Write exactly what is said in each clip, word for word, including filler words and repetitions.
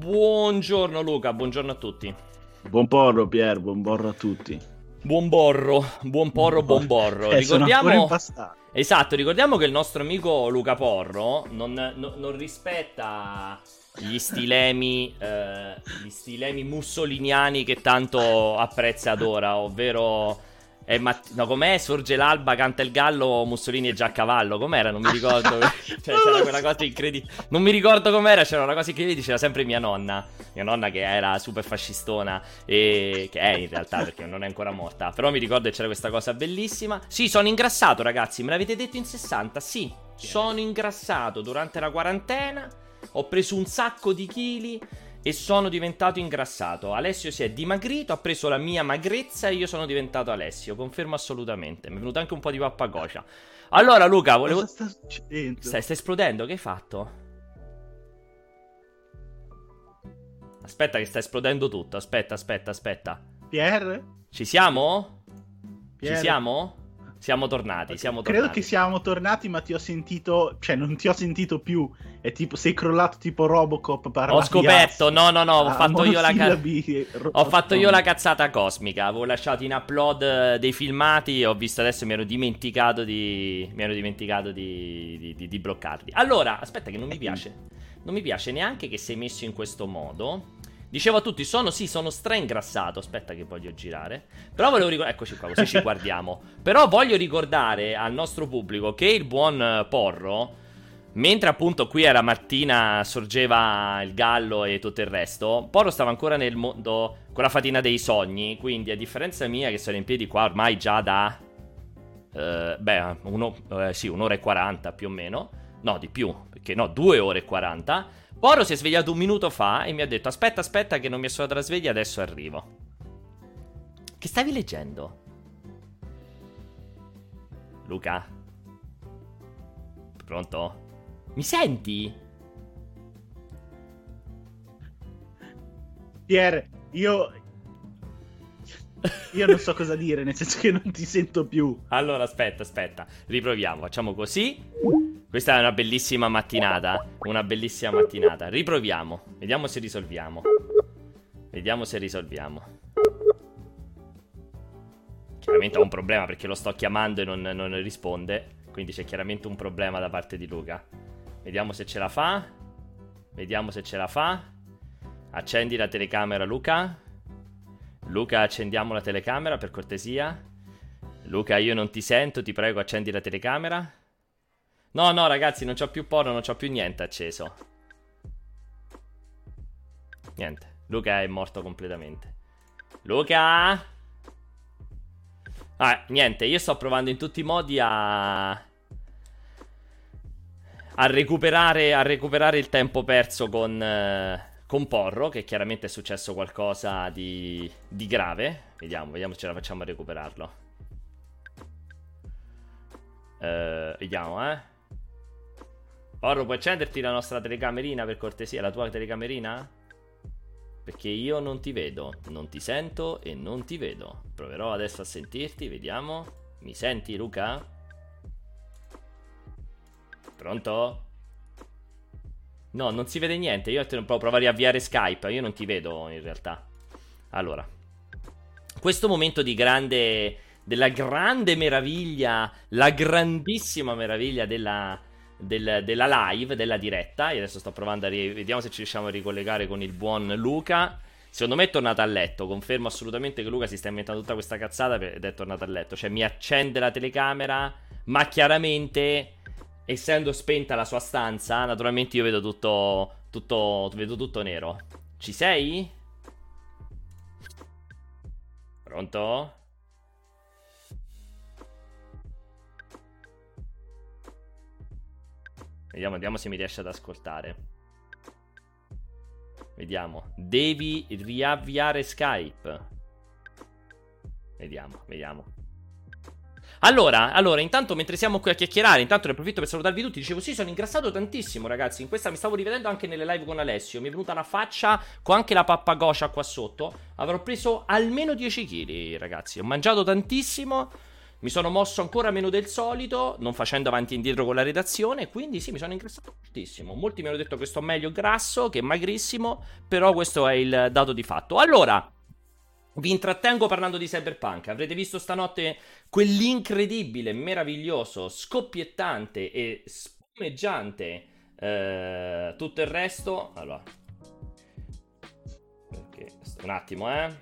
buongiorno Luca, buongiorno a tutti. Buon porro Pier, buon borro a tutti. Buon borro, buon porro, buon borro. Eh, ricordiamo... Esatto, ricordiamo che il nostro amico Luca Porro non, no, non rispetta gli stilemi, eh, gli stilemi mussoliniani che tanto apprezza e adora, ovvero... Eh, ma no, com'è? Sorge l'alba, canta il gallo, Mussolini è già a cavallo. Com'era? Non mi ricordo. Cioè, c'era quella cosa incredibile. Non mi ricordo com'era. C'era una cosa incredibile. Diceva sempre mia nonna. Mia nonna che era super fascistona. E che è in realtà, perché non è ancora morta. Però mi ricordo che c'era questa cosa bellissima. Sì, sono ingrassato, ragazzi. Me l'avete detto in sessanta? Sì, sono ingrassato durante la quarantena. Ho preso un sacco di chili e sono diventato ingrassato. Alessio si è dimagrito, ha preso la mia magrezza e io sono diventato Alessio. Confermo assolutamente. Mi è venuto anche un po' di pappagoccia. Allora Luca, volevo... Cosa sta succedendo? Stai, stai esplodendo? Che hai fatto? Aspetta che sta esplodendo tutto. Aspetta, aspetta, aspetta. Pier? Ci siamo? Pier? Ci siamo? Siamo tornati, siamo Credo tornati. che siamo tornati, ma ti ho sentito... Cioè, non ti ho sentito più. È tipo... Sei crollato tipo Robocop. Ho scoperto, no, no, no. Ho fatto io la ca... ro- Ho fatto io la cazzata cosmica. Avevo lasciato in upload dei filmati e ho visto adesso mi ero dimenticato di... Mi ero dimenticato di, di, di, di bloccarli. Allora, aspetta che non mi piace. Non mi piace neanche che sei messo in questo modo. Dicevo a tutti, sono, sì, sono stra-ingrassato. Aspetta che voglio girare. Però volevo ricordare, eccoci qua, così ci guardiamo. Però voglio ricordare al nostro pubblico che il buon Porro, mentre appunto qui era Martina, sorgeva il gallo e tutto il resto, Porro stava ancora nel mondo con la fatina dei sogni. Quindi a differenza mia che sono in piedi qua ormai già da... Eh, beh, uno, eh, sì, un'ora e quaranta più o meno. No, di più, perché no, due ore e quaranta. Porro si è svegliato un minuto fa e mi ha detto aspetta, aspetta che non mi è suonata la sveglia, adesso arrivo. Che stavi leggendo? Luca? Pronto? Mi senti? Pier, io... Io non so cosa dire, nel senso che non ti sento più. Allora, aspetta, aspetta. Riproviamo, facciamo così. Questa è una bellissima mattinata. Una bellissima mattinata. Riproviamo. Vediamo se risolviamo. Vediamo se risolviamo. Chiaramente ho un problema perché lo sto chiamando e non, non risponde. Quindi c'è chiaramente un problema da parte di Luca. Vediamo se ce la fa. Vediamo se ce la fa. Accendi la telecamera, Luca. Luca, accendiamo la telecamera per cortesia. Luca, io non ti sento, ti prego, accendi la telecamera. No, no, ragazzi, non c'ho più porno, non c'ho più niente acceso. Niente, Luca è morto completamente. Luca? Ah, niente, io sto provando in tutti i modi a... A recuperare, a recuperare il tempo perso con... Eh... Con Porro, che chiaramente è successo qualcosa di, di grave. Vediamo, vediamo se ce la facciamo a recuperarlo. uh, Vediamo, eh Porro, puoi accenderti la nostra telecamerina per cortesia? La tua telecamerina? Perché io non ti vedo, non ti sento e non ti vedo. Proverò adesso a sentirti, vediamo. Mi senti, Luca? Pronto? No, non si vede niente. Io provo a riavviare Skype. Io non ti vedo in realtà. Allora, questo momento di grande... Della grande meraviglia, la grandissima meraviglia della, del, della live, della diretta. Io adesso sto provando a... Ri- vediamo se ci riusciamo a ricollegare con il buon Luca. Secondo me è tornato a letto. Confermo assolutamente che Luca si sta inventando tutta questa cazzata ed è tornato a letto. Cioè mi accende la telecamera, ma chiaramente... Essendo spenta la sua stanza, naturalmente io vedo tutto, tutto, vedo tutto nero. Ci sei? Pronto? Vediamo, vediamo se mi riesce ad ascoltare. Vediamo. Devi riavviare Skype. Vediamo, vediamo. Allora, allora, intanto mentre siamo qui a chiacchierare, intanto ne approfitto per salutarvi tutti. Dicevo, sì, sono ingrassato tantissimo, ragazzi. In questa mi stavo rivedendo anche nelle live con Alessio. Mi è venuta una faccia con anche la pappagoscia qua sotto. Avrò preso almeno dieci chili, ragazzi. Ho mangiato tantissimo. Mi sono mosso ancora meno del solito, non facendo avanti e indietro con la redazione, quindi sì, mi sono ingrassato moltissimo. Molti mi hanno detto che sto meglio grasso che magrissimo, però questo è il dato di fatto. Allora, vi intrattengo parlando di Cyberpunk. Avrete visto stanotte quell'incredibile, meraviglioso, scoppiettante e spumeggiante eh, tutto il resto. Allora, perché un attimo, eh.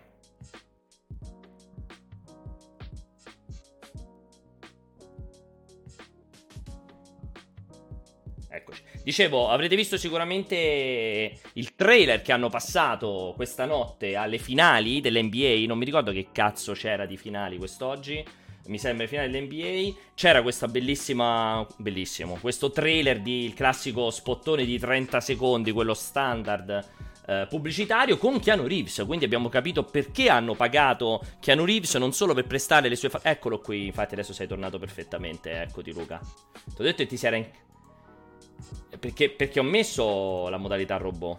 Eccoci. Dicevo, avrete visto sicuramente il trailer che hanno passato questa notte alle finali dell'N B A. Non mi ricordo che cazzo c'era di finali quest'oggi. Mi sembra finale dell'N B A. C'era questa bellissima, bellissimo, questo trailer di il classico spottone di trenta secondi, quello standard eh, pubblicitario, con Keanu Reeves. Quindi abbiamo capito perché hanno pagato Keanu Reeves, non solo per prestare le sue fa- Eccolo qui, infatti adesso sei tornato perfettamente. Eccoti Luca. Ti ho detto che ti si era in... Perché, perché ho messo la modalità robot.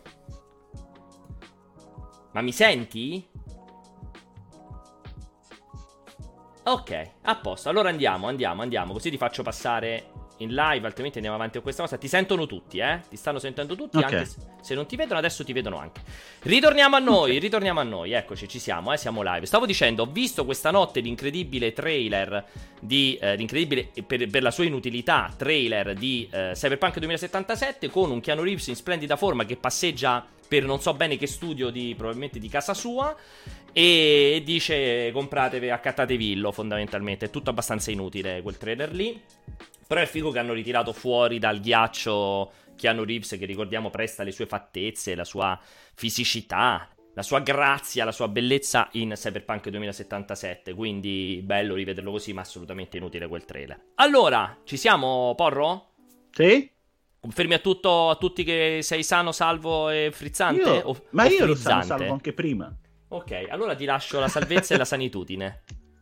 Ma mi senti? Ok, a posto. Allora andiamo, andiamo, andiamo. Così ti faccio passare in live, altrimenti andiamo avanti con questa cosa. Ti sentono tutti, eh? Ti stanno sentendo tutti, okay. Anche se, se non ti vedono, adesso ti vedono anche. Ritorniamo a noi, okay. ritorniamo a noi. Eccoci, ci siamo, eh? Siamo live. Stavo dicendo, ho visto questa notte l'incredibile trailer di... Eh, l'incredibile, per, per la sua inutilità, trailer di eh, Cyberpunk duemilasettantasette, con un Keanu Reeves in splendida forma che passeggia per non so bene che studio di, probabilmente di casa sua, e dice compratevi, accattatevillo, fondamentalmente. È tutto abbastanza inutile quel trailer lì. Però è figo che hanno ritirato fuori dal ghiaccio Keanu Reeves, che ricordiamo presta le sue fattezze, la sua fisicità, la sua grazia, la sua bellezza in Cyberpunk duemilasettantasette. Quindi bello rivederlo così, ma assolutamente inutile quel trailer. Allora, ci siamo, Porro? Sì? Confermi a, tutto, a tutti che sei sano, salvo e frizzante? Io, o, ma o io lo frizzante? sono salvo anche prima. Ok, allora ti lascio la salvezza e la sanitudine.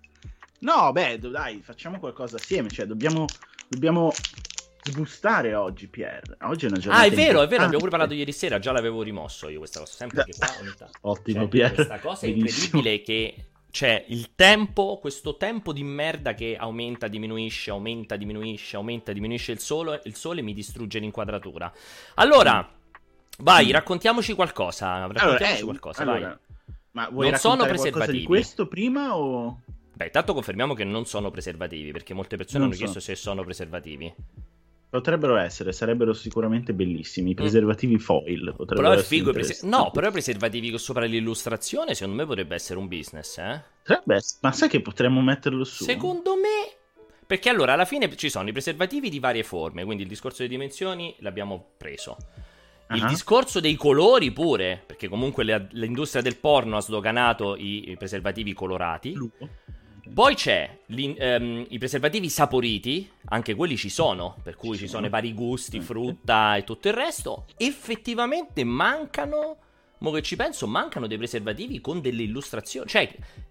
No, beh, dai, facciamo qualcosa assieme. Cioè, dobbiamo, dobbiamo sbustare oggi, Pier. Oggi è una giornata Ah, è vero, importante. è vero, abbiamo pure parlato ieri sera. Già l'avevo rimosso io questa cosa. Sempre che qua ogni tanto. Ottimo, cioè, Pier. Questa cosa è Benissimo. incredibile che c'è il tempo, questo tempo di merda che aumenta, diminuisce, aumenta, diminuisce, aumenta, diminuisce il sole, il sole mi distrugge l'inquadratura. Allora, mm. vai, mm. raccontiamoci qualcosa. Raccontiamoci allora, eh, qualcosa, allora, vai. Ma vuoi non sono raccontare qualcosa preservativi. di questo prima o... Beh, intanto confermiamo che non sono preservativi, perché molte persone Non hanno so. chiesto se sono preservativi. Potrebbero essere, sarebbero sicuramente bellissimi. I preservativi mm. foil potrebbero però è essere figo i prese- No, però i preservativi sopra l'illustrazione secondo me potrebbe essere un business, eh? Potrebbe essere. Ma sai che potremmo metterlo su? Secondo me... Perché allora alla fine ci sono i preservativi di varie forme, quindi il discorso delle dimensioni l'abbiamo preso. Il uh-huh. discorso dei colori pure, perché comunque le, l'industria del porno ha sdoganato i, i preservativi colorati. Lupo. Poi c'è um, i preservativi saporiti, anche quelli ci sono, per cui ci, ci sono i vari gusti, frutta e tutto il resto. Effettivamente mancano, mo che ci penso, mancano dei preservativi con delle illustrazioni, cioè,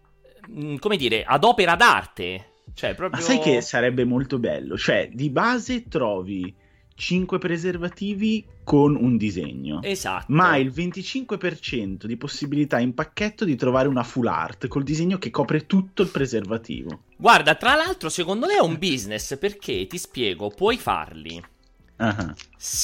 mh, come dire, ad opera d'arte. Cioè, proprio... Ma sai che sarebbe molto bello? Cioè, di base trovi cinque preservativi con un disegno. Esatto. Ma il venticinque per cento di possibilità in pacchetto di trovare una full art col disegno che copre tutto il preservativo. Guarda, tra l'altro, secondo me è un business, perché ti spiego, puoi farli uh-huh.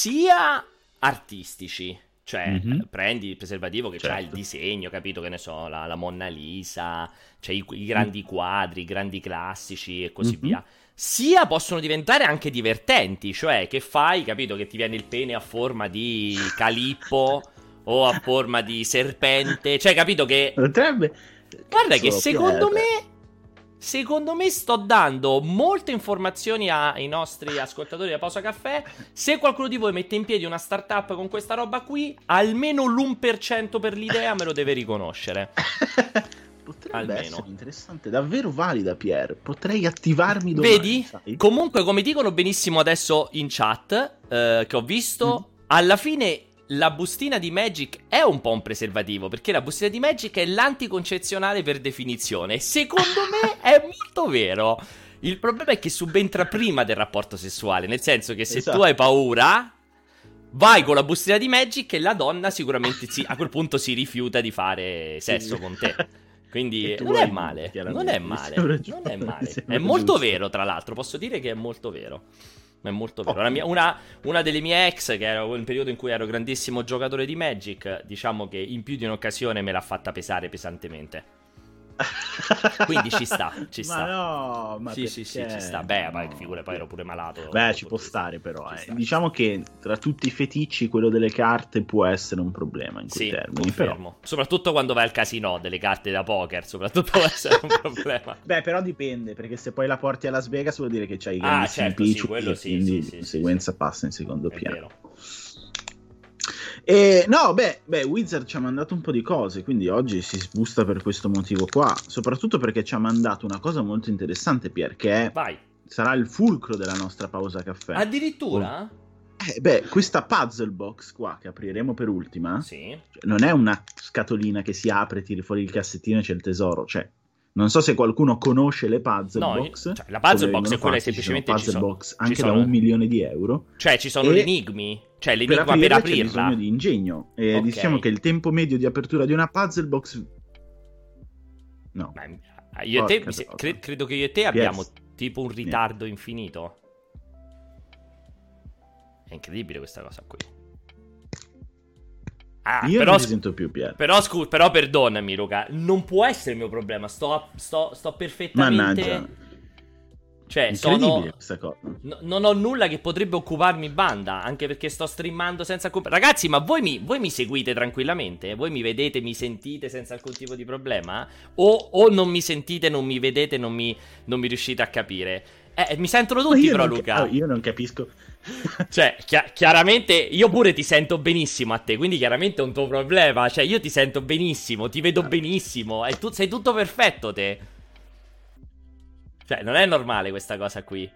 sia artistici. Cioè, mm-hmm. prendi il preservativo che certo. c'ha il disegno, capito, che ne so, la, la Monna Lisa, cioè i, i grandi quadri, i grandi classici e così mm-hmm. via. Sia possono diventare anche divertenti, cioè che fai, capito, che ti viene il pene a forma di calippo o a forma di serpente, cioè capito che... Potrebbe... Guarda Cazzo, che secondo Pier. me... Secondo me sto dando molte informazioni ai nostri ascoltatori da Pausa Caffè. Se qualcuno di voi mette in piedi una startup con questa roba qui, almeno l'uno per cento per l'idea me lo deve riconoscere. Potrebbe almeno essere interessante, davvero valida, Pier. Potrei attivarmi domani. Vedi? Sai? Comunque, come dicono benissimo adesso in chat, eh, che ho visto, mm. alla fine la bustina di Magic è un po' un preservativo, perché la bustina di Magic è l'anticoncezionale per definizione. Secondo me è molto vero. Il problema è che subentra prima del rapporto sessuale, nel senso che se esatto. tu hai paura, vai con la bustina di Magic e la donna sicuramente si, a quel punto si rifiuta di fare sesso con te. Quindi tu non hai è vinto, male, chiaramente. non è Mi male, sembra non giusto, è mi male. sembra È molto giusto. vero, tra l'altro, posso dire che è molto vero. È molto vero. La Ottimo. mia- una, una delle mie ex, che era un periodo in cui ero grandissimo giocatore di Magic, diciamo che in più di un'occasione me l'ha fatta pesare pesantemente. Quindi ci sta, ci sta. Ma no, ma sì, sì, sì, perché? ci sta. Beh, No. poi figura, poi ero pure malato. Beh, ci può stare però. Ci Eh. sta, ci Diciamo che tra tutti i feticci quello delle carte può essere un problema in quei Sì, termini, però. confermo. Soprattutto quando vai al casino delle carte da poker, soprattutto può essere un problema. Beh, però dipende, perché se poi la porti a Las Vegas vuol dire che c'hai i Ah, grandissimi certo, sì, piccioli quello e sì, quindi sì, di sì, conseguenza sì, passa in secondo È piano. vero. E, no, beh, beh, Wizard ci ha mandato un po' di cose, quindi oggi si sbusta per questo motivo qua, soprattutto perché ci ha mandato una cosa molto interessante, Pier, che è- Vai. sarà il fulcro della nostra pausa caffè. Addirittura? Eh, beh, questa puzzle box qua che apriremo per ultima, Sì. cioè, non è una scatolina che si apre, tiri fuori il cassettino e c'è il tesoro, cioè non so se qualcuno conosce le puzzle No, box. cioè, la puzzle come box è vengono quella fatti, semplicemente ci ci sono sono- puzzle box ci anche sono- da un milione di euro. Cioè, ci sono E gli enigmi? Cioè, Per l'enigma per, aprirla c'è aprirla? bisogno di ingegno. E Ok. diciamo che il tempo medio di apertura di una puzzle box, no, Ma io e te, Porca mi se- troia. cre- credo che io e te abbiamo tipo un ritardo infinito. È incredibile questa cosa qui. Ah, io però, non ti scu- sento più, Pier. però, scu- però perdonami, Luca, non può essere il mio problema. Sto, sto, sto perfettamente. Mannaggia. Cioè, Incredibile sono. questa cosa. No- non ho nulla che potrebbe occuparmi banda, anche perché sto streamando senza occup- Ragazzi, ma voi mi, voi mi seguite tranquillamente? Voi mi vedete, mi sentite senza alcun tipo di problema? O, o non mi sentite, non mi vedete, non mi, non mi riuscite a capire? Eh, mi sentono Ma tutti io però, non ca- Luca. oh, io non capisco. Cioè, chia- chiaramente io pure ti sento benissimo a te, quindi chiaramente è un tuo problema. Cioè, io ti sento benissimo, ti vedo benissimo, e tu sei tutto perfetto te. Cioè, non è normale questa cosa qui.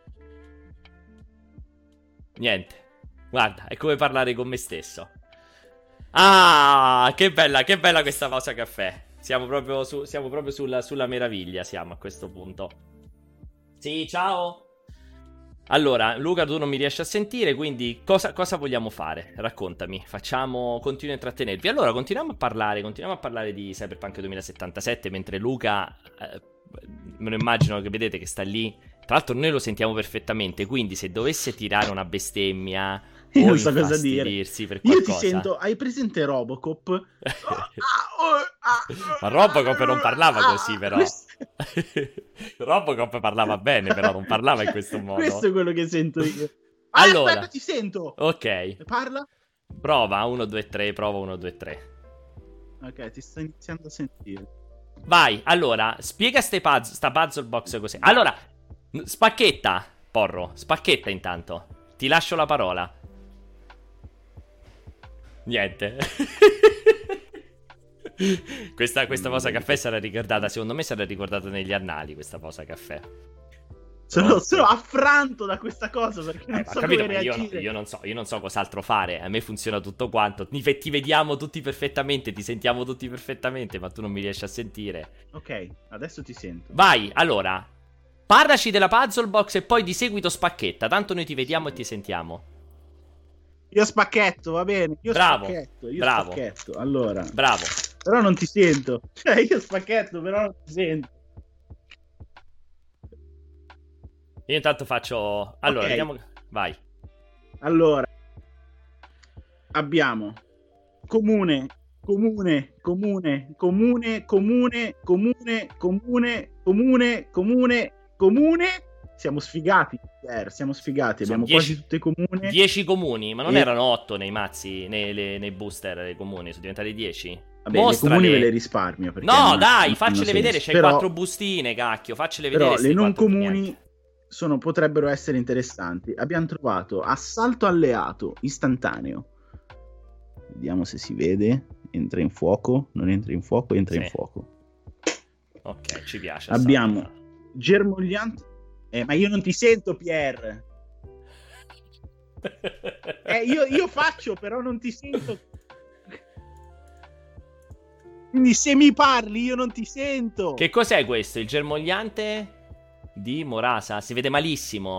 Niente. Guarda, è come parlare con me stesso. Ah, che bella, che bella questa pausa caffè. Siamo proprio, su, siamo proprio sulla, sulla meraviglia, siamo a questo punto. Sì, ciao. Allora, Luca, tu non mi riesci a sentire, quindi cosa, cosa vogliamo fare? Raccontami, facciamo, continuo a intrattenervi. Allora, continuiamo a parlare, continuiamo a parlare di Cyberpunk duemilasettantasette, mentre Luca, eh, me lo immagino che vedete che sta lì. Tra l'altro noi lo sentiamo perfettamente, quindi se dovesse tirare una bestemmia Io o non so cosa dire. infastidirsi per Io qualcosa... ti sento, hai presente Robocop? Oh, ah, oh, ah, Ma Robocop non parlava ah, così, però. questo- Robocop parlava bene, però non parlava in questo modo. Questo è quello che sento io. Ah, Allora. aspetta, ti sento. Ok, Parla. prova uno, due, tre, prova uno, due, tre. Ok, ti sto iniziando a sentire. Vai, allora, spiega ste puzz- sta puzzle box così. Allora, n- spacchetta, Porro, spacchetta intanto. Ti lascio la parola. Niente. questa, questa pausa caffè sarà ricordata, secondo me sarà ricordata negli annali, questa pausa caffè. Sono, Pronto? sono affranto da questa cosa perché non Eh, ma so capito, come ma io, reagire. io non so, io non so cos'altro fare. A me funziona tutto quanto. Ti, ti vediamo tutti perfettamente, ti sentiamo tutti perfettamente, ma tu non mi riesci a sentire. Ok, adesso ti sento. Vai, allora, parlaci della puzzle box e poi di seguito spacchetta. Tanto noi ti vediamo e ti sentiamo. Io spacchetto, va bene. Io Bravo, spacchetto, io bravo. spacchetto. Allora, Bravo. però non ti sento. Cioè, io spacchetto, però non ti sento. Io intanto faccio. Allora, Ok. vediamo. Vai. Allora, abbiamo comune, comune, comune, comune, comune, comune, comune, comune, comune, comune. Siamo sfigati, Pier, siamo sfigati. Sono Abbiamo dieci- quasi tutte comune. dieci comuni, ma non E- erano otto nei mazzi, nei, le- nei booster dei comuni, sono diventati dieci. Vabbè, le Mostrale. comuni ve le risparmio. perché No, non- dai, non faccele hanno vedere, senso. c'hai Però- quattro bustine, cacchio, faccele vedere. Però ste le non quattro comuni niente. sono, potrebbero essere interessanti. Abbiamo trovato assalto alleato istantaneo. Vediamo se si vede. Entra in fuoco, non entra in fuoco, entra Sì. in fuoco. Ok, ci piace. Abbiamo assai. germogliante. Eh, ma io non ti sento, Pier. Eh, io, io faccio, però non ti sento. Quindi se mi parli, io non ti sento. Che cos'è questo? Il germogliante di Morasa? Si vede malissimo.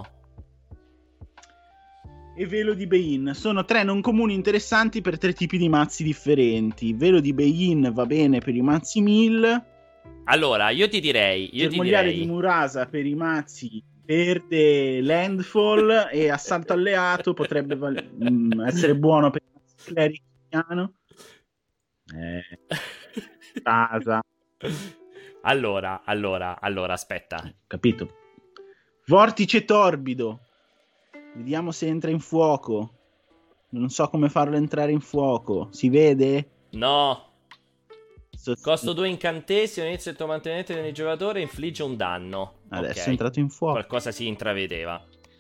E Velo di Bein sono tre non comuni interessanti per tre tipi di mazzi differenti. Velo di Bein va bene per i mazzi mille Allora, io ti direi... Io ti Germogliare direi... di Murasa per i mazzi perde Landfall e Assalto Alleato potrebbe val- mh, essere buono per il clerico. Eh, casa. Allora, allora, allora, aspetta. Capito? Vortice torbido. Vediamo se entra in fuoco. Non so come farlo entrare in fuoco. Si vede? No. So- Costo due incantesimo, inizio il tuo mantenimento di ogni giocatore, infligge un danno. Adesso Ok. è entrato in fuoco. Qualcosa si intravedeva.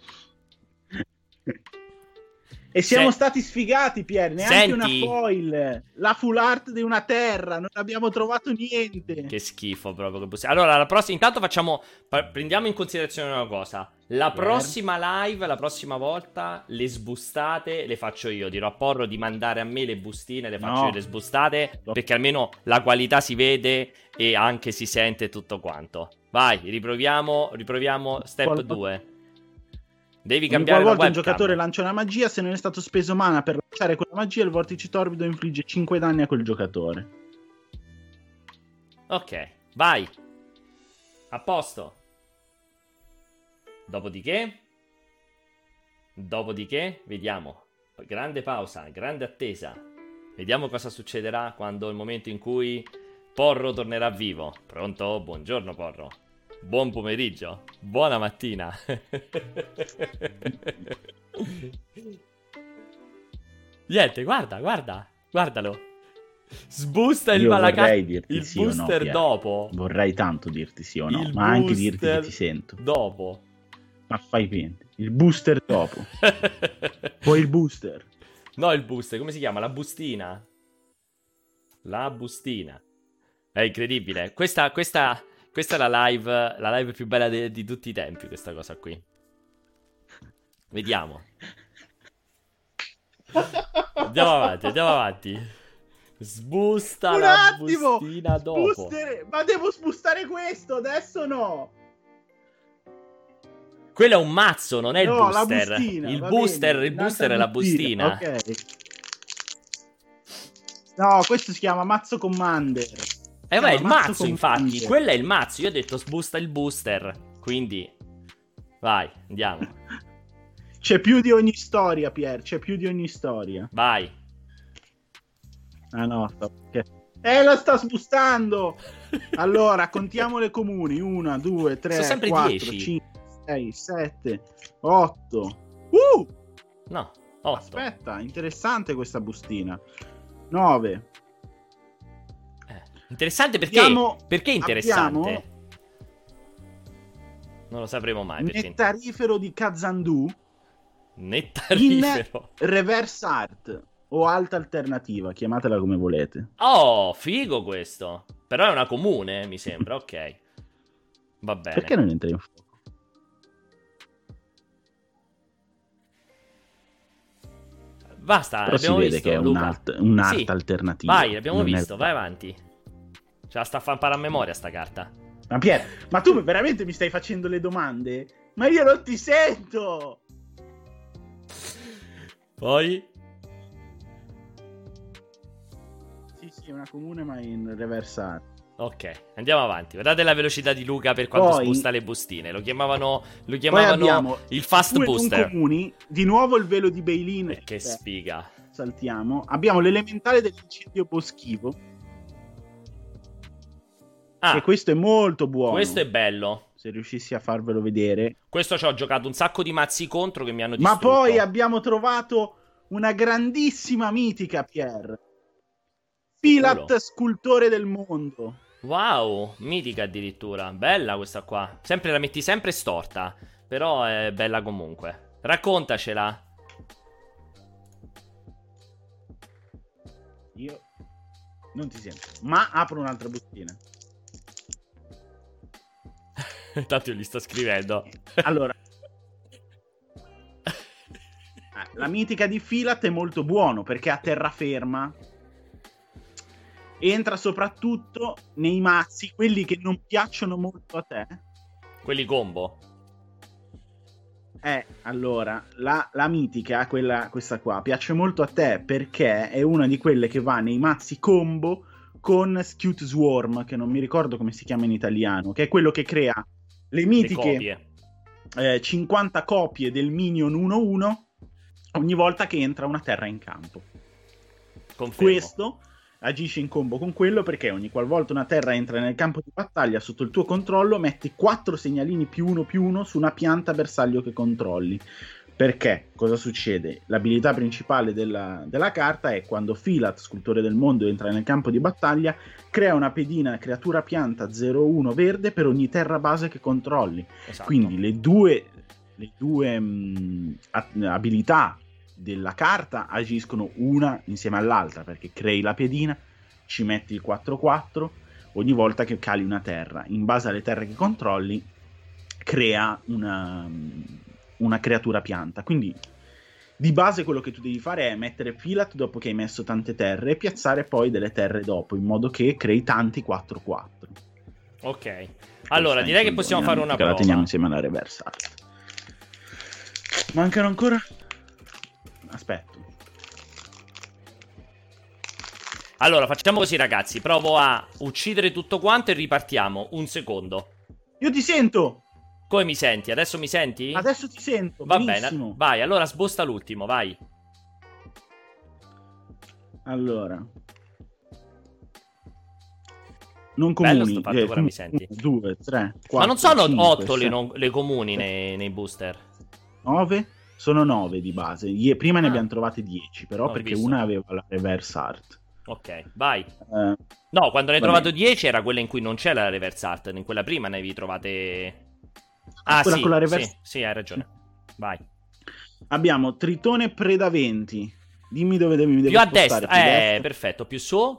E siamo Se- stati sfigati, Pier. Neanche Senti- una foil. La full art di una terra. Non abbiamo trovato niente. Che schifo proprio che possiamo. Allora, la prossima... Intanto facciamo... pa- Prendiamo in considerazione una cosa. La Pier. prossima live, la prossima volta, le sbustate le faccio io. Dirò a Porro di mandare a me le bustine, le faccio No. io le sbustate, No. perché almeno la qualità si vede e anche si sente tutto quanto. Vai, riproviamo, riproviamo step Qual- due. Devi Ogni cambiare la qualvolta un webcam. giocatore lancia una magia, se non è stato speso mana per lanciare quella magia, il vortice torbido infligge cinque danni a quel giocatore. Ok, vai. A posto. Dopodiché, dopodiché, vediamo. Grande pausa, grande attesa. Vediamo cosa succederà quando il momento in cui Porro tornerà vivo. Pronto? Buongiorno Porro. Buon pomeriggio. Buona mattina. Niente, guarda, guarda, guardalo. Sbusta il Io malaca- vorrei dirti il sì o no, booster Pier. dopo. Vorrei tanto dirti sì o no, Il ma anche dirti che booster ti sento. Dopo. Ma fai niente. Il booster dopo. Poi il booster. No, il booster, come si chiama? La bustina. La bustina. È incredibile. Questa, questa, questa è la live, la live più bella de- di tutti i tempi, questa cosa qui. Vediamo. Andiamo avanti, andiamo avanti. Sbusta Un la attimo! bustina dopo. Boostere! Ma devo spostare questo, adesso no! Quello è un mazzo, non è il No, la booster. bustina, il va booster, bene, il booster è un'altra la bustina. Ok. No, questo si chiama mazzo commander. Eh beh, No, il mazzo mazzo, con infatti, Commander. quello è il mazzo. Io ho detto sbusta il booster. Quindi, vai, andiamo. C'è più di ogni storia, Pier. C'è più di ogni storia. Vai. Ah no, sta... che- Eh, la sta spostando! Allora, contiamo le comuni. Una, due, tre, Sono sempre quattro, dieci. cinque, sei, sette, otto. Uh! No, otto. Aspetta, interessante questa bustina. nove. Eh, interessante perché? Abbiamo- Perché interessante? abbiamo- Non lo sapremo mai. Perché... Nettarifero di Kazandu in Nettarifero. reverse art o alta alternativa, chiamatela come volete. Oh, figo questo. Però è una comune, mi sembra. Ok. Va bene. Perché non entra in fuoco? Basta, Però si abbiamo vede visto, che è Luca. un'art, un'arte Sì. alternativa. Vai, l'abbiamo Non è- visto, vai avanti. Ce la sta a fare imparare a memoria sta carta. Ma Pier, ma tu veramente mi stai facendo le domande? Ma io non ti sento! Poi? Sì, sì, è una comune ma in reverse art. Ok, andiamo avanti. Guardate la velocità di Luca per quando Poi- sbusta le bustine. Lo chiamavano, lo Poi chiamavano abbiamo il fast due non booster. comuni, di nuovo il velo di Bailin. E che Beh, sfiga. saltiamo. Abbiamo l'elementare dell'incendio boschivo. Ah, E questo è molto buono. questo è bello. Se riuscissi a farvelo vedere. Questo ci ho giocato un sacco di mazzi contro che mi hanno Ma distrutto. poi abbiamo trovato una grandissima mitica, Pier. Filat, Culo. scultore del mondo. Wow, mitica addirittura. Bella questa qua. Sempre la metti sempre storta. Però è bella comunque. Raccontacela. Io non ti sento. Ma apro un'altra bustina. Tanto io gli sto scrivendo. Allora, eh, la mitica di Filat è molto buono perché a terraferma entra soprattutto nei mazzi, quelli che non piacciono molto a te. Quelli combo. Eh, allora, la, la mitica, quella, questa qua, piace molto a te perché è una di quelle che va nei mazzi combo con Scute Swarm, che non mi ricordo come si chiama in italiano, che è quello che crea le mitiche le eh, cinquanta copie del Minion uno uno ogni volta che entra una terra in campo. Confermo. Questo agisce in combo con quello perché ogni qualvolta una terra entra nel campo di battaglia sotto il tuo controllo metti quattro segnalini più uno più uno su una pianta bersaglio che controlli. Perché? Cosa succede? L'abilità principale della, della carta è quando Filat, scultore del mondo, entra nel campo di battaglia, crea una pedina creatura pianta zero uno verde per ogni terra base che controlli. Esatto. Quindi le due, le due mh, abilità della carta agiscono una insieme all'altra, perché crei la pedina, ci metti il quattro quattro, ogni volta che cali una terra. In base alle terre che controlli, crea una... una creatura pianta. Quindi di base quello che tu devi fare è mettere Filat dopo che hai messo tante terre e piazzare poi delle terre dopo, in modo che crei tanti quattro quattro. Ok, allora direi che possiamo fare una che prova. la teniamo insieme alla reverse art. Mancano ancora? Aspetto. Allora facciamo così ragazzi, provo a uccidere tutto quanto e ripartiamo. Un secondo. Io ti sento! Come mi senti? Adesso mi senti? Adesso ti sento, Va benissimo. bene, vai, allora sbosta l'ultimo, vai. Allora. Non Bello comuni. sto fatto, eh, ora mi senti. due, tre, quattro, Ma non sono cinque, otto le, sei, non- le comuni nei, nei booster. nove? Sono nove di base. Ie- Prima ne Ah. abbiamo trovate dieci, però Ho perché visto. una aveva la reverse art. Ok, vai. Eh, No, quando ne hai Va trovato bene. dieci era quella in cui non c'è la reverse art. In quella prima ne avevi trovate... Ah quella sì, con la reverse- sì, sì, hai ragione. Vai. abbiamo Tritone Predaventi. Dimmi dove devi, mi devo Più a spostare. destra, più a eh, destra. perfetto, più su.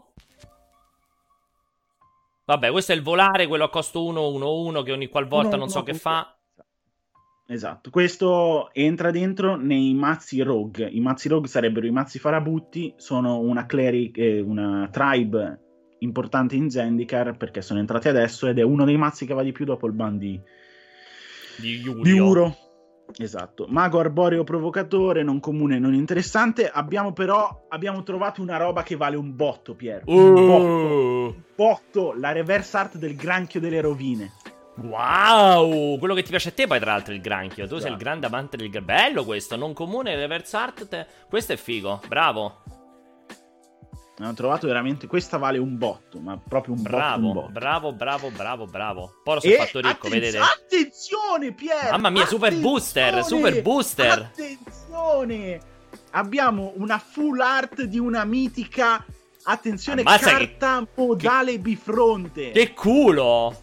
Vabbè, questo è il volare, quello a costo uno uno uno che ogni qualvolta No, non so no, che no. fa. Esatto, questo entra dentro nei mazzi rogue. I mazzi rogue sarebbero i mazzi farabutti, sono una cleric, eh, una tribe importante in Zendikar perché sono entrati adesso ed è uno dei mazzi che va di più dopo il ban di, Di Yulio. di Uro. Esatto, mago arboreo provocatore, non comune, non interessante. Abbiamo però abbiamo trovato una roba che vale un botto, Pier. Un botto, Uh, un botto, la reverse art del granchio delle rovine. wow, quello che ti piace a te poi tra l'altro il granchio. Tu sei Esatto. il grande amante del granchio. Bello questo, non comune, reverse art. te- Questo è figo, bravo. Abbiamo trovato veramente, questa vale un botto, ma proprio un botto, un Bravo, botto. bravo, bravo, bravo, bravo. Poi si è fatto ricco, attenz- vedete? Attenzione, Pier! Mamma mia, super booster, super booster. Attenzione! Abbiamo una full art di una mitica, attenzione, Ammazza che- carta modale bifronte. Che culo!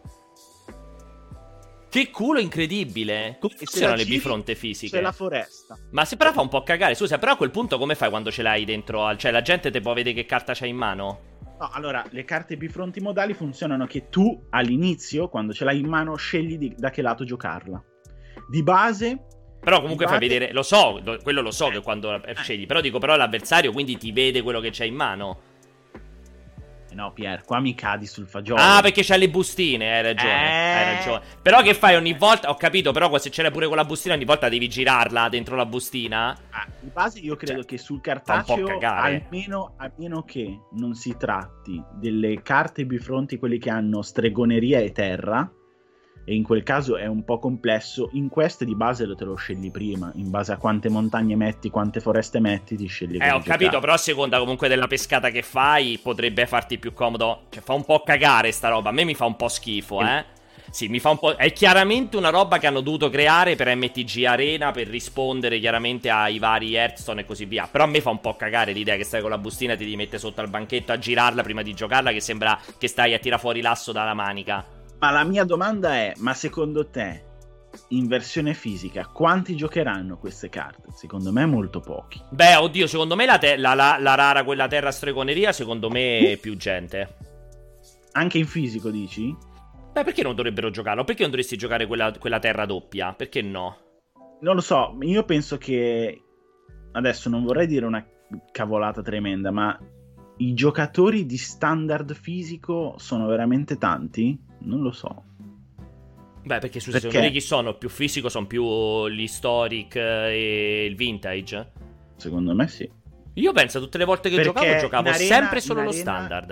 Che culo incredibile! Come E se funzionano la le giri, bifronte fisiche? C'è la foresta. Ma se però fa un po' cagare, scusa, però a quel punto come fai quando ce l'hai dentro? al- Cioè la gente te può vedere che carta c'hai in mano? No, allora, le carte bifronti modali funzionano che tu all'inizio, quando ce l'hai in mano, scegli di- da che lato giocarla. Di base... Però comunque di fai base- vedere, lo so, lo- quello lo so che quando eh, scegli, però dico però l'avversario quindi ti vede quello che c'hai in mano. Eh No, Pier, qua mi cadi sul fagiolo. Ah, perché c'hai le bustine, hai ragione, Eh. hai ragione. Però che fai ogni volta? Ho capito, però se ce l'hai pure con la bustina ogni volta devi girarla dentro la bustina. Ah, di base io credo Cioè, che sul fa un cartaceo, po' cagare. almeno, a meno che non si tratti delle carte bifronti, quelli che hanno stregoneria e terra, e in quel caso è un po' complesso, in queste di base lo te lo scegli prima, in base a quante montagne metti, quante foreste metti, ti scegli Eh, quelli ho capito, giocare. però a seconda comunque della pescata che fai potrebbe farti più comodo. Cioè, fa un po' cagare sta roba. A me mi fa un po' schifo, eh. Sì, mi fa un po'. È chiaramente una roba che hanno dovuto creare per M T G Arena per rispondere chiaramente ai vari Hearthstone e così via. Però a me fa un po' cagare l'idea che stai con la bustina e ti devi mettere sotto al banchetto a girarla prima di giocarla, che sembra che stai a tirare fuori l'asso dalla manica. Ma la mia domanda è, ma secondo te, in versione fisica, quanti giocheranno queste carte? Secondo me molto pochi. Beh, oddio, secondo me la, te- la, la, la rara, quella terra stregoneria, secondo me più gente. Anche in fisico, dici? Beh, perché non dovrebbero giocarlo? Perché non dovresti giocare quella, quella terra doppia? Perché no? Non lo so, io penso che... Adesso non vorrei dire una cavolata tremenda, ma i giocatori di standard fisico sono veramente tanti? Non lo so. Beh, perché scusa, Perché? secondo me chi sono? Più fisico sono più gli historic e il vintage? Secondo me sì. Io penso tutte le volte che Perché giocavo, giocavo in arena- sempre solo in lo arena- standard.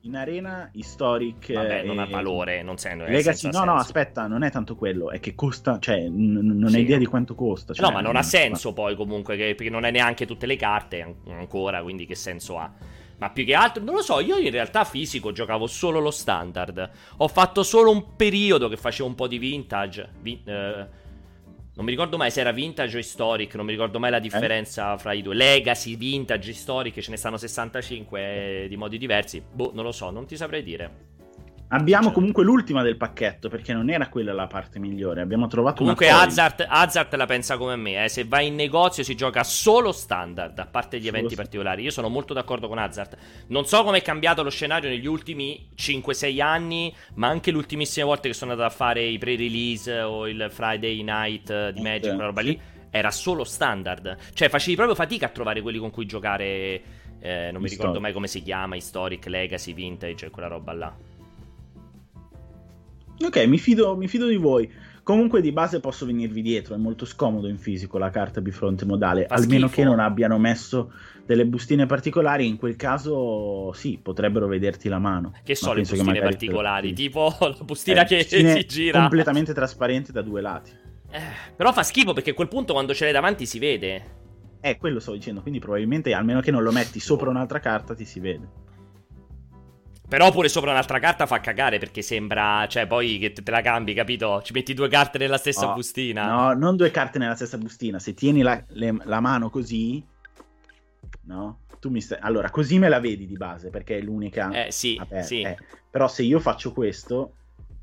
in arena Historic vabbè, non e... ha valore, non sendo Legacy, no, no, aspetta, non è tanto quello, è che costa, cioè, n- non sì. hai idea di quanto costa. Cioè, no, ma non ha senso poi comunque, che, perché non hai neanche tutte le carte an- ancora, quindi che senso ha? Ma più che altro, non lo so, io in realtà fisico giocavo solo lo standard. Ho fatto solo un periodo che facevo un po' di vintage. Vi- eh, non mi ricordo mai se era vintage o historic, non mi ricordo mai la differenza eh? fra i due. Legacy, vintage, historic, ce ne stanno sessantacinque di modi diversi. Boh, non lo so, non ti saprei dire. Abbiamo cioè... comunque l'ultima del pacchetto, perché non era quella la parte migliore. Abbiamo trovato comunque una Hazard, Hazard la pensa come me, eh. Se vai in negozio si gioca solo standard, a parte gli solo eventi st- particolari. Io sono molto d'accordo con Hazard. Non so come è cambiato lo scenario negli ultimi cinque sei anni, ma anche le ultimissime volte che sono andato a fare i pre-release o il Friday Night di Magic, quella roba lì, era solo standard. Cioè facevi proprio fatica a trovare quelli con cui giocare, eh, non mi ricordo mai come si chiama, Historic, Legacy, Vintage, quella roba là. Ok, mi fido, mi fido di voi. Comunque di base posso venirvi dietro, è molto scomodo in fisico la carta bifronte modale, Fa almeno schifo. che non abbiano messo delle bustine particolari. In quel caso sì, potrebbero vederti la mano. Che so le bustine particolari, tipo la bustina eh, che si gira completamente trasparente da due lati. Eh, però fa schifo perché a quel punto quando ce l'hai davanti si vede. Eh, quello sto dicendo, quindi probabilmente almeno che non lo metti sopra un'altra carta ti si vede. Però pure sopra un'altra carta fa cagare perché sembra, cioè poi che te la cambi, capito? Ci metti due carte nella stessa no, bustina. No, non due carte nella stessa bustina. Se tieni la, le, la mano così, no? Tu mi stai... Allora, così me la vedi di base perché è l'unica. Eh sì, Vabbè, sì. Eh. Però se io faccio questo...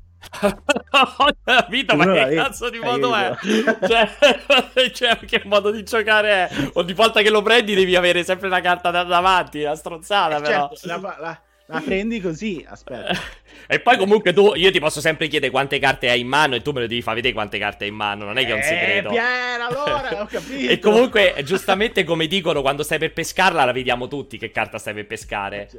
Ho capito, ma che cazzo di modo è? Cioè, cioè, che modo di giocare è? Ogni volta che lo prendi devi avere sempre la carta da davanti, la stronzata eh, però. Certo, la, la... La prendi così, aspetta. E poi comunque tu, io ti posso sempre chiedere quante carte hai in mano e tu me lo devi far vedere quante carte hai in mano, non è che è un segreto. Eh, Pier, allora, ho capito. E comunque, giustamente come dicono, quando stai per pescarla la vediamo tutti che carta stai per pescare.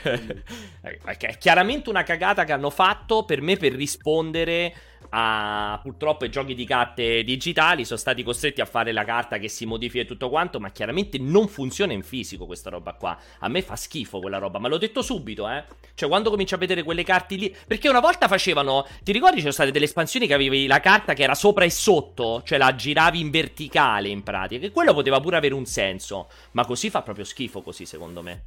È chiaramente una cagata che hanno fatto per me per rispondere a purtroppo i giochi di carte digitali. Sono stati costretti a fare la carta che si modifica e tutto quanto, ma chiaramente non funziona in fisico questa roba qua. A me fa schifo quella roba, ma l'ho detto subito, eh. Cioè quando cominci a vedere quelle carte lì, perché una volta facevano, ti ricordi c'erano state delle espansioni che avevi la carta che era sopra e sotto, cioè la giravi in verticale in pratica, che quello poteva pure avere un senso, ma così fa proprio schifo così secondo me.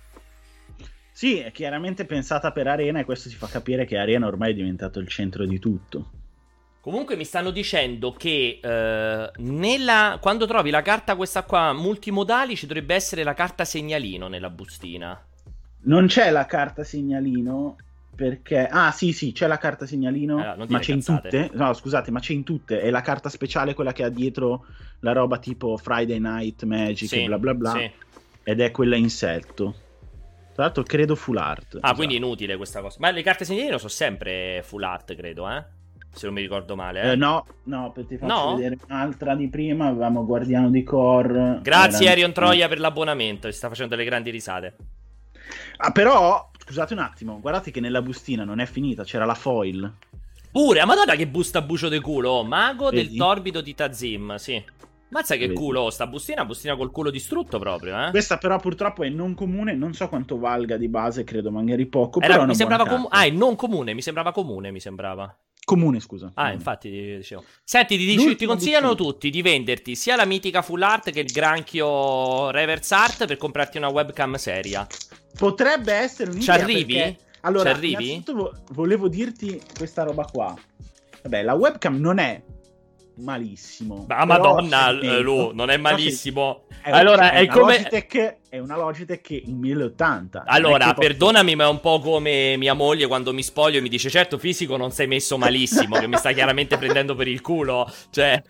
Sì, è chiaramente pensata per Arena e questo ci fa capire che Arena ormai è diventato il centro di tutto. Comunque mi stanno dicendo che eh, nella quando trovi la carta questa qua multimodali ci dovrebbe essere la carta segnalino nella bustina. Non c'è la carta segnalino perché... Ah sì sì, c'è la carta segnalino, allora, ma c'è cazzate. in tutte? No scusate, ma c'è in tutte. È la carta speciale quella che ha dietro la roba tipo Friday Night Magic sì, e bla bla bla. Sì. Ed è quella insetto. Tra l'altro credo full art. Ah, esatto. quindi inutile questa cosa. Ma le carte segnalino sono sempre full art, credo, eh? Se non mi ricordo male, eh? Eh, no, no, ti faccio no? vedere un'altra di prima. Avevamo Guardiano di Core. Grazie Era... Arion Troia per l'abbonamento, sta facendo delle grandi risate. Ah, però, scusate un attimo, guardate che nella bustina non è finita, c'era la foil. Pure, madonna che busta bucio de culo, oh, mago Vedi? del torbido di Tazim, sì. Mazza che Vedi? culo, sta bustina, bustina col culo distrutto proprio, eh? Questa però purtroppo è non comune, non so quanto valga di base, credo magari poco, Era, però è una mi sembrava buona com- carta. Ah, è non comune, mi sembrava comune, mi sembrava. Comune, scusa. Ah, Comune. infatti, dicevo. Senti, ti, dici, ti L'ultima consigliano bustina. tutti di venderti sia la mitica full art che il granchio reverse art per comprarti una webcam seria. Potrebbe essere Ci un'idea arrivi? perché... Allora, Ci arrivi? innanzitutto vo- volevo dirti questa roba qua. Vabbè, la webcam non è malissimo. Ma però madonna, c'è meglio. Lu, non è Però c'è- malissimo. È, Allora, è, è una come... Logitech, è una Logitech in mille ottanta. Non è Allora, che posso- perdonami, ma è un po' come mia moglie quando mi spoglio e mi dice: certo, fisico non sei messo malissimo, che mi sta chiaramente prendendo per il culo. Cioè,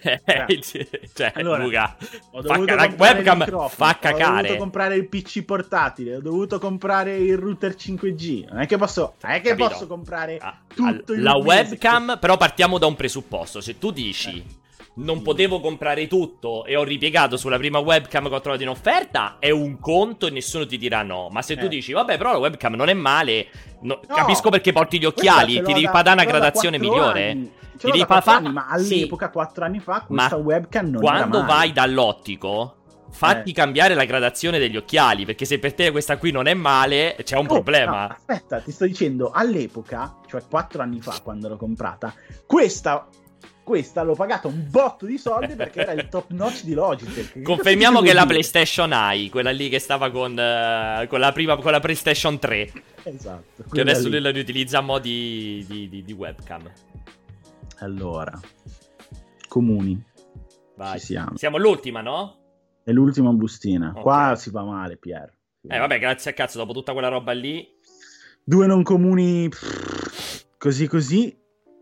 cioè Allora, Luca, ho fa dovuto ca- la comprare il webcam microfono, fa ho cacare. dovuto comprare il P C portatile, ho dovuto comprare il router cinque G. Non è che posso, non è che Capito? posso comprare Ah, tutto il la mese. webcam, però partiamo da un presupposto. Se tu dici non potevo comprare tutto e ho ripiegato sulla prima webcam che ho trovato in offerta, è un conto e nessuno ti dirà no. Ma se tu Eh. dici vabbè, però la webcam non è male, no, No, capisco perché porti gli questa occhiali, ce ti l'ho devi da- fare una ce l'ho da gradazione quattro migliore. anni. Ce Ti l'ho devi da fa- quattro fa- anni, ma sì. all'epoca, quattro anni fa, Ma questa webcam non quando era male. vai dall'ottico, fatti Eh. cambiare la gradazione degli occhiali, perché se per te questa qui non è male, c'è un Oh, problema. no, aspetta, ti sto dicendo, all'epoca, cioè quattro anni fa quando l'ho comprata, questa, questa l'ho pagata un botto di soldi perché era il top notch di Logitech. Che Confermiamo cosa che è la vuol dire? PlayStation Eye, quella lì che stava con, eh, con la prima, con la PlayStation tre, Esatto. che quella adesso lì. lui la riutilizza a mo' di, di, di, di webcam. Allora, comuni. Vai. Ci siamo. Siamo all'ultima, no? È l'ultima bustina. Ok. Qua si va male, Pier. Eh vabbè, grazie a cazzo, dopo tutta quella roba lì. Due non comuni pff, così così.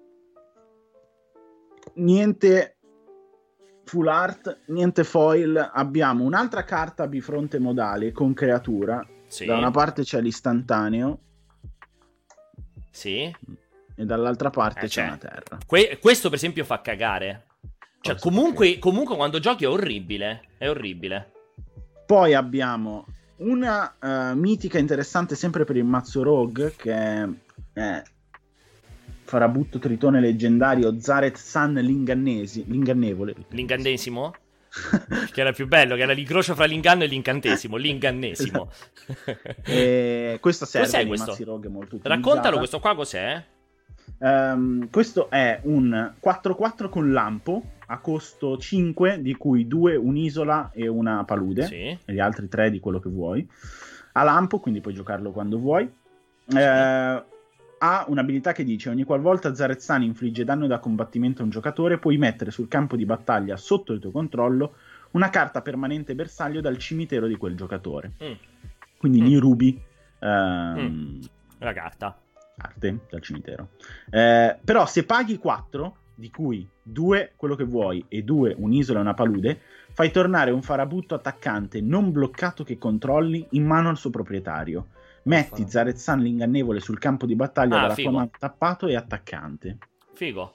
Niente full art, niente foil. Abbiamo un'altra carta bifronte modale con creatura. Sì. Da una parte c'è l'istantaneo Sì. e dall'altra parte Eh, c'è c'è. una terra. Que- questo per esempio fa cagare. Cioè Cosa comunque, comunque quando giochi è orribile. È orribile. Poi abbiamo una eh, mitica interessante sempre per il mazzo Rogue che è, è Farabutto Tritone leggendario Zareth San l'ingannesi, l'ingannevole. L'incantesimo? Che era più bello, che era l'incrocio fra l'inganno e l'incantesimo. L'ingannesimo. E questo serve Cos'è nei questo? mazzi Rogue molto utilizzata. Raccontalo, questo qua cos'è? Ehm, questo è un quattro quattro con lampo a costo cinque, di cui due un'isola e una palude, Sì. e gli altri tre di quello che vuoi. A lampo, quindi puoi giocarlo quando vuoi. Eh, ha un'abilità che dice: ogni qualvolta Zareth San infligge danno da combattimento a un giocatore, puoi mettere sul campo di battaglia sotto il tuo controllo una carta permanente bersaglio dal cimitero di quel giocatore. Mm. Quindi Mm. gli rubi ehm, Mm. La carta. carte dal cimitero. Eh, però se paghi quattro, di cui due quello che vuoi e due un'isola e una palude, fai tornare un farabutto attaccante non bloccato che controlli in mano al suo proprietario. Metti Uffa. Zareth San l'ingannevole sul campo di battaglia Ah, dalla figo. tua mano tappato e attaccante. Figo.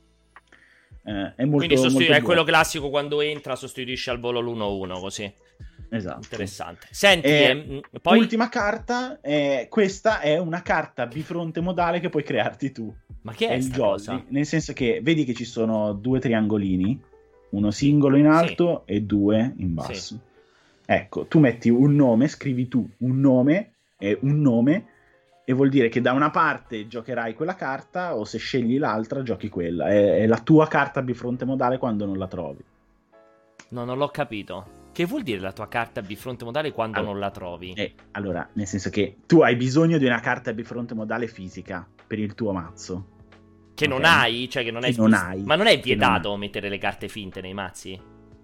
Eh, è molto, Quindi sostitu- molto è buono. quello classico quando entra sostituisce al volo l'uno uno così. Esatto. Interessante. Senti, E ehm, poi ultima carta, è, questa è una carta bifronte modale che puoi crearti tu. ma che è, È il sta jolly, cosa? nel senso che vedi che ci sono due triangolini, uno singolo in alto e due in basso. Sì. Ecco, tu metti un nome, scrivi tu un nome e un nome, e vuol dire che da una parte giocherai quella carta, o se scegli l'altra giochi quella. È, è la tua carta bifronte modale quando non la trovi. No, non l'ho capito. Che vuol dire la tua carta bifronte modale quando Allora, non la trovi? Eh, allora, nel senso che tu hai bisogno di una carta bifronte modale fisica per il tuo mazzo. Che non ok. hai? Cioè che non Che hai non hai. Ma non è Che vietato non mettere le carte finte nei mazzi?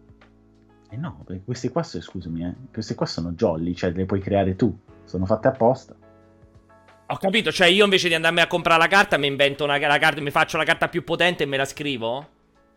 Eh no, perché queste qua, so- scusami, eh, queste qua sono jolly, cioè le puoi creare tu, sono fatte apposta. Ho capito, cioè io invece di andarmi a comprare la carta mi invento una la carta, mi faccio la carta più potente e me la scrivo?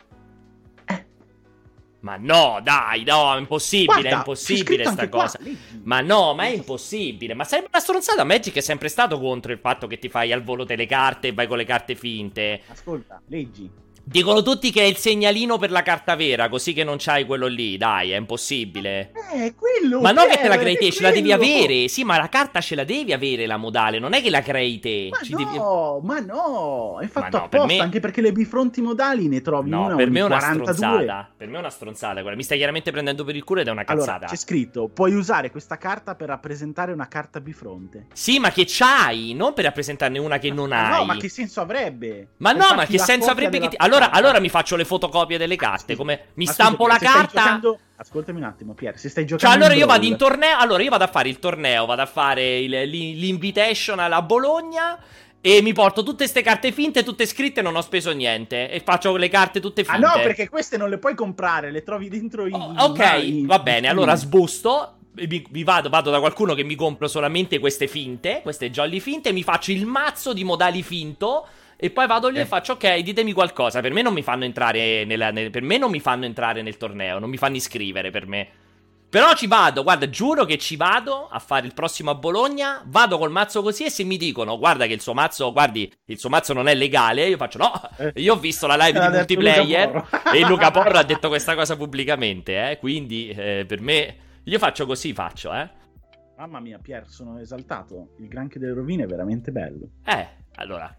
Eh. Ma no, dai, no, è impossibile, Guarda, è c'è impossibile scritto sta anche qua, cosa. leggi. Ma no, ma è impossibile. Ma sarebbe una stronzata. Magic è sempre stato contro il fatto che ti fai al volo delle carte e vai con le carte finte. Ascolta, leggi. Dicono tutti che è il segnalino per la carta vera, così che non c'hai quello lì. Dai, è impossibile. Eh, quello. Ma non che Pier, te la crei è te, ce la devi quello. avere. Sì, ma la carta ce la devi avere la modale, non è che la crei te. Ma Ci no, devi- ma no, è fatto no, per apposta, me- anche perché le bifronti modali ne trovi No, una per ogni me è una quarantadue. stronzata. Per me è una stronzata quella. Mi stai chiaramente prendendo per il culo ed è una cazzata. Allora, c'è scritto, puoi usare questa carta per rappresentare una carta bifronte. Sì, ma che c'hai, non per rappresentarne una che non Ma hai. no, ma che senso avrebbe? Ma Per no, ma farti che la senso copia avrebbe che della ti... Allora, carta. allora mi faccio le fotocopie delle carte, Sì. come mi Ma stampo scusami, la se stai carta... giocando- Ascoltami un attimo, Pier, se stai Cioè, giocando allora io Brawl- vado in torneo, allora io vado a fare il torneo, vado a fare il- l'in- l'invitational a Bologna e mi porto tutte ste carte finte, tutte scritte, non ho speso niente e faccio le carte tutte Ah finte. no, perché queste non le puoi comprare, le trovi dentro i... Oh, ok, i- va i- bene, i- allora sbusto, mi, mi vado, vado da qualcuno che mi compro solamente queste finte, queste jolly finte, mi faccio il mazzo di modali finto e poi vado lì Eh. e faccio ok, ditemi qualcosa, per me non mi fanno entrare nella, nel, per me non mi fanno entrare nel torneo, non mi fanno iscrivere per me. Però ci vado, guarda, giuro che ci vado a fare il prossimo a Bologna, vado col mazzo così e se mi dicono guarda che il suo mazzo, guardi, il suo mazzo non è legale, io faccio no, Eh. io ho visto la live L'ha di detto multiplayer Luca Porro. e Luca Porro ha detto questa cosa pubblicamente, eh, quindi eh, per me, io faccio così, faccio, eh. Mamma mia, Pier, sono esaltato. Il granchio delle rovine è veramente bello. Eh, allora,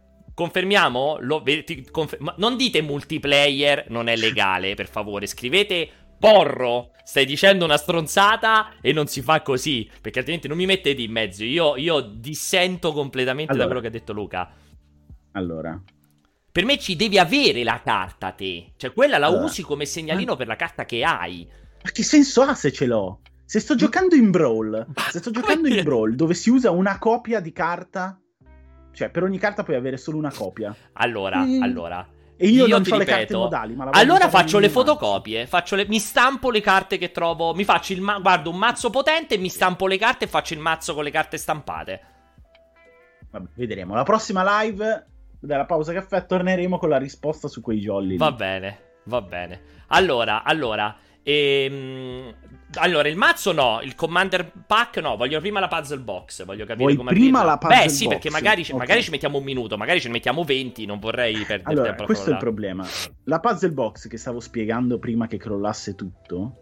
confermiamo? Lo, ve- ti- confer- ma non dite multiplayer non è legale, per favore, scrivete Porro, stai dicendo una stronzata e non si fa così, perché altrimenti non mi mettete in mezzo. Io, io dissento completamente allora, da quello che ha detto Luca. Allora, per me ci devi avere la carta te, cioè quella la allora. usi come segnalino Ma... per la carta che hai. ma che senso ha se ce l'ho? Se sto giocando in Brawl, se sto giocando in Brawl dove si usa una copia di carta, cioè per ogni carta puoi avere solo una copia. Allora, Mm. allora. E io, io non ti ho ripeto, le carte modali, ma la voglio allora usare faccio nel le mio mazzo. fotocopie, faccio le... mi stampo le carte che trovo, mi faccio il ma... guardo un mazzo potente, mi stampo le carte e faccio il mazzo con le carte stampate. Vabbè, vedremo. La prossima live della pausa caffè torneremo con la risposta su quei jolly. Va lì. bene, va bene. Allora, allora, ehm... allora il mazzo no, il Commander Pack no, voglio prima la puzzle box, voglio capire Vuoi come prima aprirla. la puzzle Beh, sì, box? perché magari, Ok. magari ci mettiamo un minuto, magari ce ne mettiamo venti, non vorrei perdere Allora, tempo. questo è il là. problema. La puzzle box che stavo spiegando prima che crollasse tutto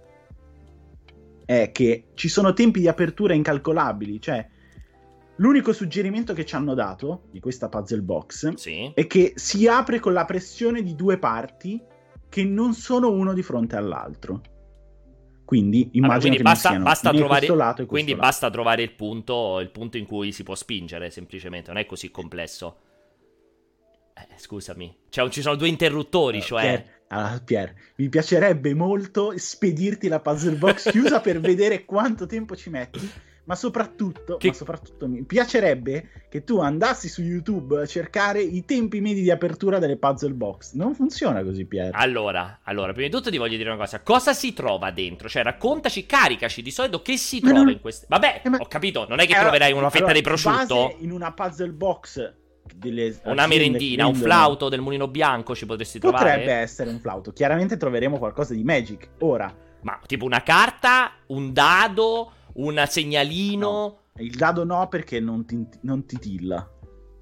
è che ci sono tempi di apertura incalcolabili, cioè l'unico suggerimento che ci hanno dato di questa puzzle box Sì. è che si apre con la pressione di due parti che non sono uno di fronte all'altro. Quindi immagino allora, quindi che basta, non siano basta né trovare, questo lato e questo quindi lato. basta trovare il punto, il punto in cui si può spingere, semplicemente, non è così complesso. Eh, scusami, cioè, ci sono due interruttori, Allora, cioè... Pier, allora, Pier, mi piacerebbe molto spedirti la puzzle box chiusa per vedere quanto tempo ci metti, ma soprattutto, Che- ma soprattutto mi piacerebbe che tu andassi su YouTube a cercare i tempi medi di apertura delle puzzle box. Non funziona così, Pier. Allora, allora, prima di tutto ti voglio dire una cosa. Cosa si trova dentro? Cioè, raccontaci, caricaci di solito che si Ma trova non- in queste... Vabbè, Eh, ma- ho capito, non è che Eh, troverai una fetta allora, di di prosciutto, base, in una puzzle box delle una aziende merendina, che un vendono- flauto del mulino bianco ci potresti trovare? Potrebbe essere un flauto. Chiaramente troveremo qualcosa di Magic. Ora, Ma tipo una carta, un dado, un segnalino... no, il dado no perché non, ti, non titilla.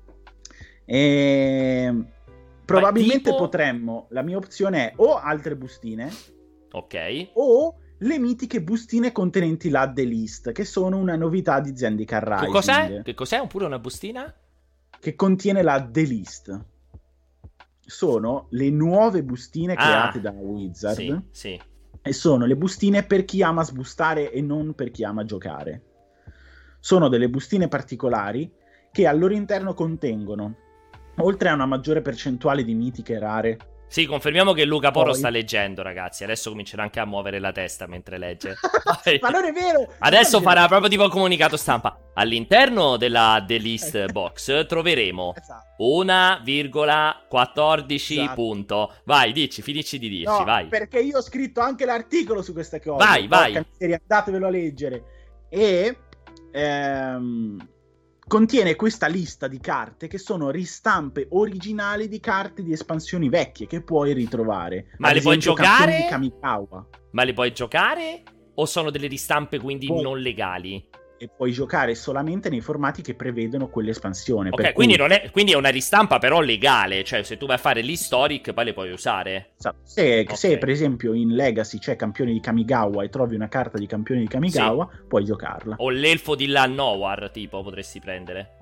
E... probabilmente tipo- potremmo. La mia opzione è o altre bustine Ok. o le mitiche bustine contenenti la The List, che sono una novità di Zendikar Che Rising. cos'è? Che cos'è? Oppure una bustina? Che contiene la The List. Sono le nuove bustine create Ah, da Wizard. Sì, sì. E sono le bustine per chi ama sbustare e non per chi ama giocare. Sono delle bustine particolari che al loro interno contengono, oltre a una maggiore percentuale di mitiche rare. Sì, confermiamo che Luca Porro Poi- sta leggendo, ragazzi. Adesso comincerà anche a muovere la testa mentre legge. Vai. Ma non è vero! Adesso Immagina- farà proprio tipo comunicato stampa. All'interno della The List Box troveremo Esatto. uno virgola quattordici Esatto. punto. Vai, dici, finisci di dirci, No, vai. perché io ho scritto anche l'articolo su queste cose. Vai, Porca vai. miseria, andatevelo a leggere. E ehm, contiene questa lista di carte che sono ristampe originali di carte di espansioni vecchie che puoi ritrovare. Ma Ad le puoi esempio, giocare? campioni di Kamikawa. Ma le puoi giocare? O sono delle ristampe quindi Puoi. non legali? E puoi giocare solamente nei formati che prevedono quell'espansione. Ok, per quindi, cui, non è, quindi è una ristampa però legale. Cioè, se tu vai a fare l'historic, poi le puoi usare. sa- se, Ok. se per esempio in Legacy c'è campione di Kamigawa e trovi una carta di campione di Kamigawa, puoi giocarla. O l'elfo di Llanowar, tipo, potresti prendere.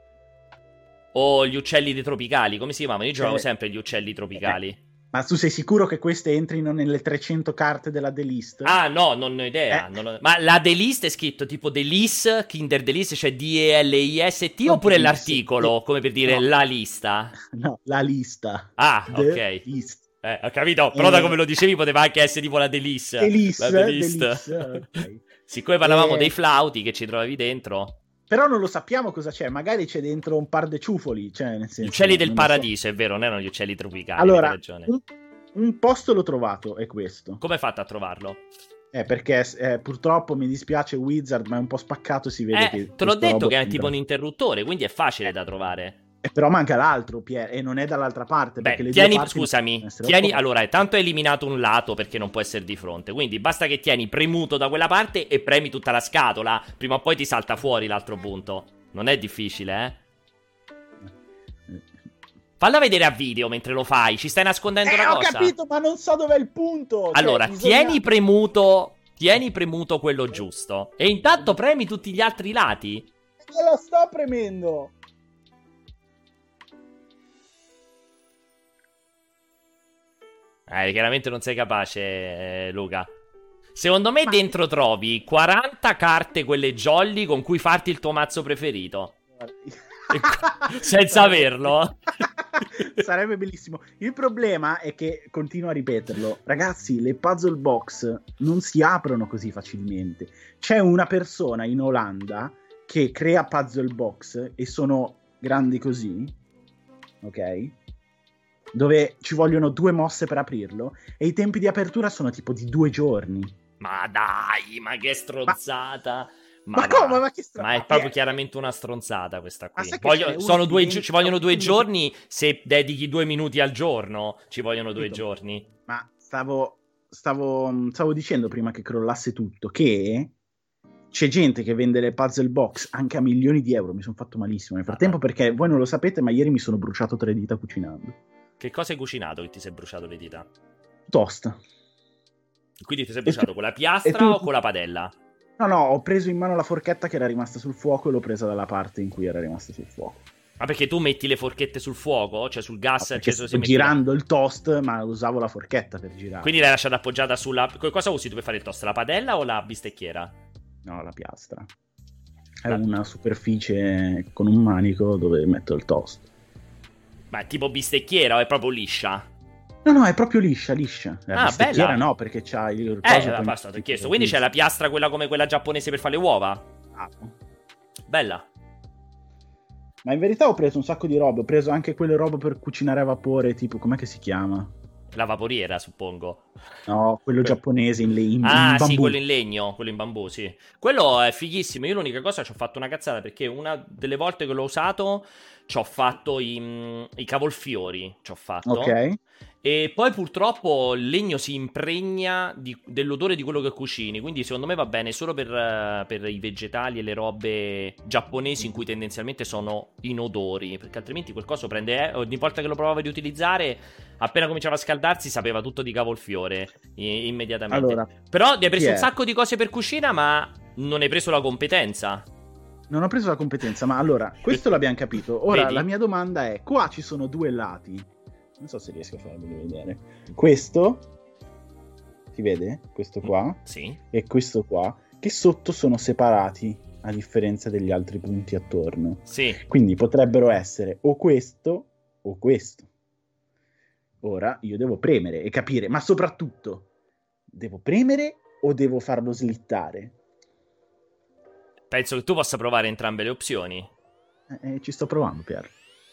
O gli uccelli dei tropicali, come si chiamano? Io giocavo Eh, sempre gli uccelli tropicali. Ma tu sei sicuro che queste entrino nelle trecento carte della The List? Ah, no, non ho idea. Eh. non ho- Ma la Delist è scritto tipo Delis, Kinder Delis, cioè D E L I S T, Non oppure Delis, l'articolo, sì. come per dire No. la lista? No, la lista. Ah, The ok. List. Eh, ho capito, però da Eh. come lo dicevi poteva anche essere tipo la Delis. The List, La The Delist. List, ok. Siccome parlavamo Eh. dei flauti che ci trovavi dentro, Però non lo sappiamo cosa c'è. Magari c'è dentro un par de ciufoli. Cioè, nel senso, gli uccelli del non lo so. paradiso, è vero, non erano gli uccelli tropicali, Allora, hai ragione. un, un posto l'ho trovato, è questo. Come hai fatto a trovarlo? Eh, perché eh, purtroppo mi dispiace Wizard, ma è un po' spaccato, si vede che... Eh, te l'ho questo detto robot che è entra- tipo un interruttore, quindi è facile da trovare. Eh, però manca l'altro, Pier, e non è dall'altra parte. perché Beh, le tieni, due parti scusami, devono essere tieni, opposte. allora, tanto hai eliminato un lato perché non può essere di fronte, quindi basta che tieni premuto da quella parte e premi tutta la scatola, prima o poi ti salta fuori l'altro punto. Non è difficile, eh? Falla vedere a video mentre lo fai, ci stai nascondendo Eh, una ho cosa. capito, ma non so dov'è il punto. Cioè, Allora, bisogna- tieni premuto, tieni premuto quello giusto e intanto premi tutti gli altri lati. Io lo sto premendo. Eh, chiaramente non sei capace, eh, Luca. Secondo me Ma- dentro trovi quaranta carte, quelle jolly, con cui farti il tuo mazzo preferito. Senza averlo. Sarebbe bellissimo. Il problema è che, continuo a ripeterlo, ragazzi, le puzzle box non si aprono così facilmente. C'è una persona in Olanda che crea puzzle box e sono grandi così, ok? Dove ci vogliono due mosse per aprirlo e i tempi di apertura sono tipo di due giorni. Ma dai, ma che stronzata. Ma, ma dai. come? Ma che str- Ma è proprio chiaramente una stronzata questa qui. Voglio, sono due, gi- ci vogliono due giorni. Se dedichi due minuti al giorno, ci vogliono due giorni. Ma stavo, stavo, stavo dicendo prima che crollasse tutto che c'è gente che vende le puzzle box anche a milioni di euro. Mi sono fatto malissimo nel frattempo, ah, perché voi non lo sapete, ma ieri mi sono bruciato tre dita cucinando. Che cosa hai cucinato che ti sei bruciato le dita? Toast. Quindi ti sei bruciato tu, con la piastra tu, o con la padella? No, no, ho preso in mano la forchetta che era rimasta sul fuoco e l'ho presa dalla parte in cui era rimasta sul fuoco. Ma perché tu metti le forchette sul fuoco? Cioè sul gas? No, cioè, sto girando il toast, ma usavo la forchetta per girare. Quindi l'hai lasciata appoggiata sulla... Cosa usi tu per fare il toast? La padella o la bistecchiera? No, la piastra. È la... una superficie con un manico dove metto il toast. Ma è tipo bistecchiera o è proprio liscia? No, no, è proprio liscia, liscia. La ah, bistecchiera bella. no, perché c'ha il coso. Eh, la pasta, ti ho chiesto. Quindi c'è la piastra, quella come quella giapponese per fare le uova? Ah. Bella. Ma in verità ho preso un sacco di robe. Ho preso anche quelle robe per cucinare a vapore, tipo, com'è che si chiama? La vaporiera, suppongo. No, quello giapponese in, le- in, ah, in bambù. Sì, quello in legno, quello in bambù, sì. Quello è fighissimo. Io l'unica cosa ci ho fatto una cazzata, perché una delle volte che l'ho usato ci ho fatto i, i cavolfiori, ci ho fatto. Ok. E poi purtroppo il legno si impregna di, dell'odore di quello che cucini, quindi secondo me va bene solo per, uh, per i vegetali e le robe giapponesi in cui tendenzialmente sono inodori, perché altrimenti quel coso prende, eh, ogni volta che lo provavo a riutilizzare, appena cominciava a scaldarsi sapeva tutto di cavolfiore i- immediatamente. Allora, però ne hai preso chi un è? sacco di cose per cucina, ma non hai preso la competenza. Non ho preso la competenza, ma allora, questo l'abbiamo capito. Ora, Vedi? la mia domanda è, qua ci sono due lati. Non so se riesco a farvelo vedere. Questo, si vede? Questo qua. Sì. E questo qua, che sotto sono separati, a differenza degli altri punti attorno. Sì. Quindi potrebbero essere o questo o questo. Ora io devo premere e capire, ma soprattutto, devo premere o devo farlo slittare? Penso che tu possa provare entrambe le opzioni. Eh, eh, ci sto provando, Pier.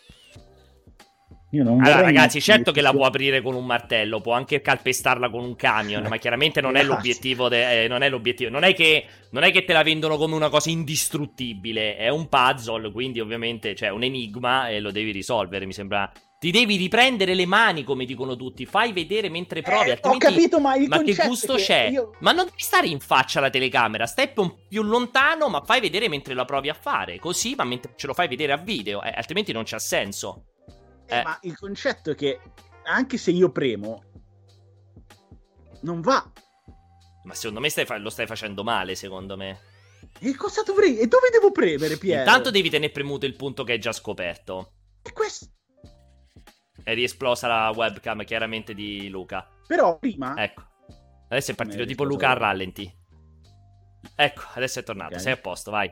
Io non allora, vorrei ragazzi, certo che la discussione. può aprire con un martello, può anche calpestarla con un camion, ma chiaramente non è l'obiettivo. De- eh, non è l'obiettivo. Non è che non è che te la vendono come una cosa indistruttibile. È un puzzle, quindi ovviamente c'è un enigma e lo devi risolvere. Mi sembra. Ti devi riprendere le mani, come dicono tutti. Fai vedere mentre provi. Eh, altrimenti... ho capito, ma il ma che concetto gusto è che c'è? io- Ma non devi stare in faccia alla telecamera. Stai un più lontano, ma fai vedere mentre la provi a fare. Così, ma mentre ce lo fai vedere a video. Eh, altrimenti non c'ha senso. Eh, Eh. Ma il concetto è che anche se io premo, non va. Ma secondo me stai fa- lo stai facendo male, secondo me. E cosa dovrei? E dove devo premere, Piero? Intanto devi tenere premuto il punto che hai già scoperto. E questo... È riesplosa la webcam, chiaramente, di Luca. Però prima... Ecco. Adesso è partito Come tipo è Luca a riesplosa? rallenti. Ecco, adesso è tornato. Ok. Sei a posto, vai.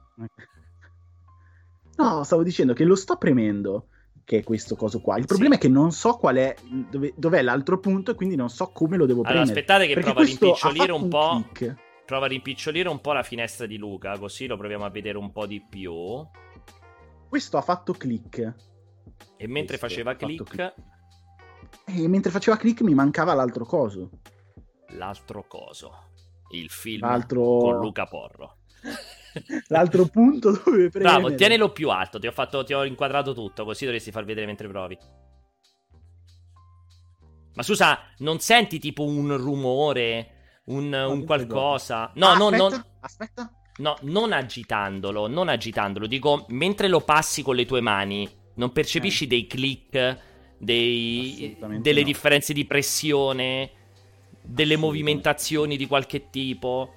No, stavo dicendo che lo sto premendo, che è questo coso qua. Il problema Sì. è che non so qual è, dove, dov'è l'altro punto e quindi non so come lo devo Allora, premere. aspettate che Perché prova a questo ha rimpicciolire fatto un po'. click. Prova a rimpicciolire un po' la finestra di Luca, così lo proviamo a vedere un po' di più. Questo ha fatto click. E mentre Questo faceva ha fatto click, E mentre faceva click mi mancava l'altro coso. l'altro coso. Il film L'altro... con Luca Porro. L'altro punto dove premere. Bravo, tienilo più alto, ti ho, fatto, ti ho inquadrato tutto, così dovresti far vedere mentre provi. Ma scusa, non senti tipo un rumore, un, No, un questo qualcosa? è No, ah, no, aspetta, non, aspetta. no, non agitandolo, non agitandolo. Dico, mentre lo passi con le tue mani, non percepisci Eh. dei click, dei, Assolutamente delle no. differenze di pressione, delle Assolutamente. movimentazioni di qualche tipo?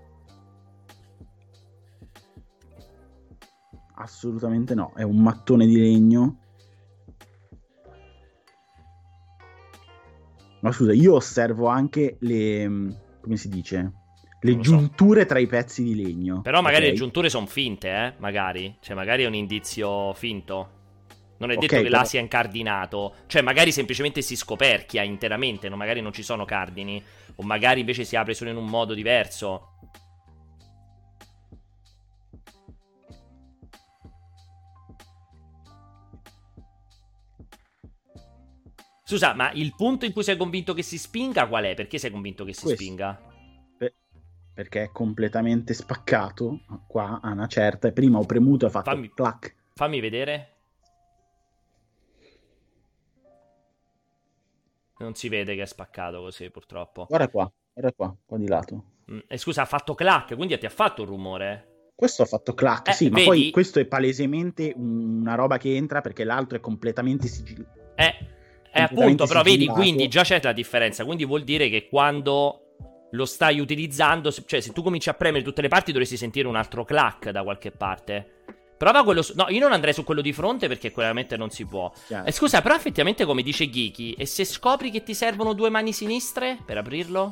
Assolutamente no, è un mattone di legno. Ma scusa, io osservo anche le, come si dice? Le Non lo so. giunture tra i pezzi di legno. Però magari ok? le giunture sono finte, eh? Magari. Cioè, magari è un indizio finto. Non è Ok, detto che però- là sia incardinato. Cioè, magari semplicemente si scoperchia interamente, no? Magari non ci sono cardini. O magari invece si apre solo in un modo diverso. Scusa, ma il punto in cui sei convinto che si spinga qual è? Perché sei convinto che si Questo. spinga? Per- perché è completamente spaccato qua a una certa, e prima ho premuto e ho fatto Fammi- clac. Fammi vedere. Non si vede che è spaccato così, purtroppo. Guarda qua, guarda qua, qua di lato. Mm, E scusa, ha fatto clac, quindi ti ha fatto un rumore? Questo ha fatto clac, Eh, sì, ma vedi? poi questo è palesemente una roba che entra perché l'altro è completamente sigillato. Eh, è appunto, completamente però vedi, sigillato. quindi già c'è la differenza. Quindi vuol dire che quando lo stai utilizzando, se- cioè se tu cominci a premere tutte le parti dovresti sentire un altro clac da qualche parte. Prova quello su- No, io non andrei su quello di fronte perché chiaramente non si può. Chiaro. Eh, scusa, però effettivamente come dice Geeky, e se scopri che ti servono due mani sinistre per aprirlo?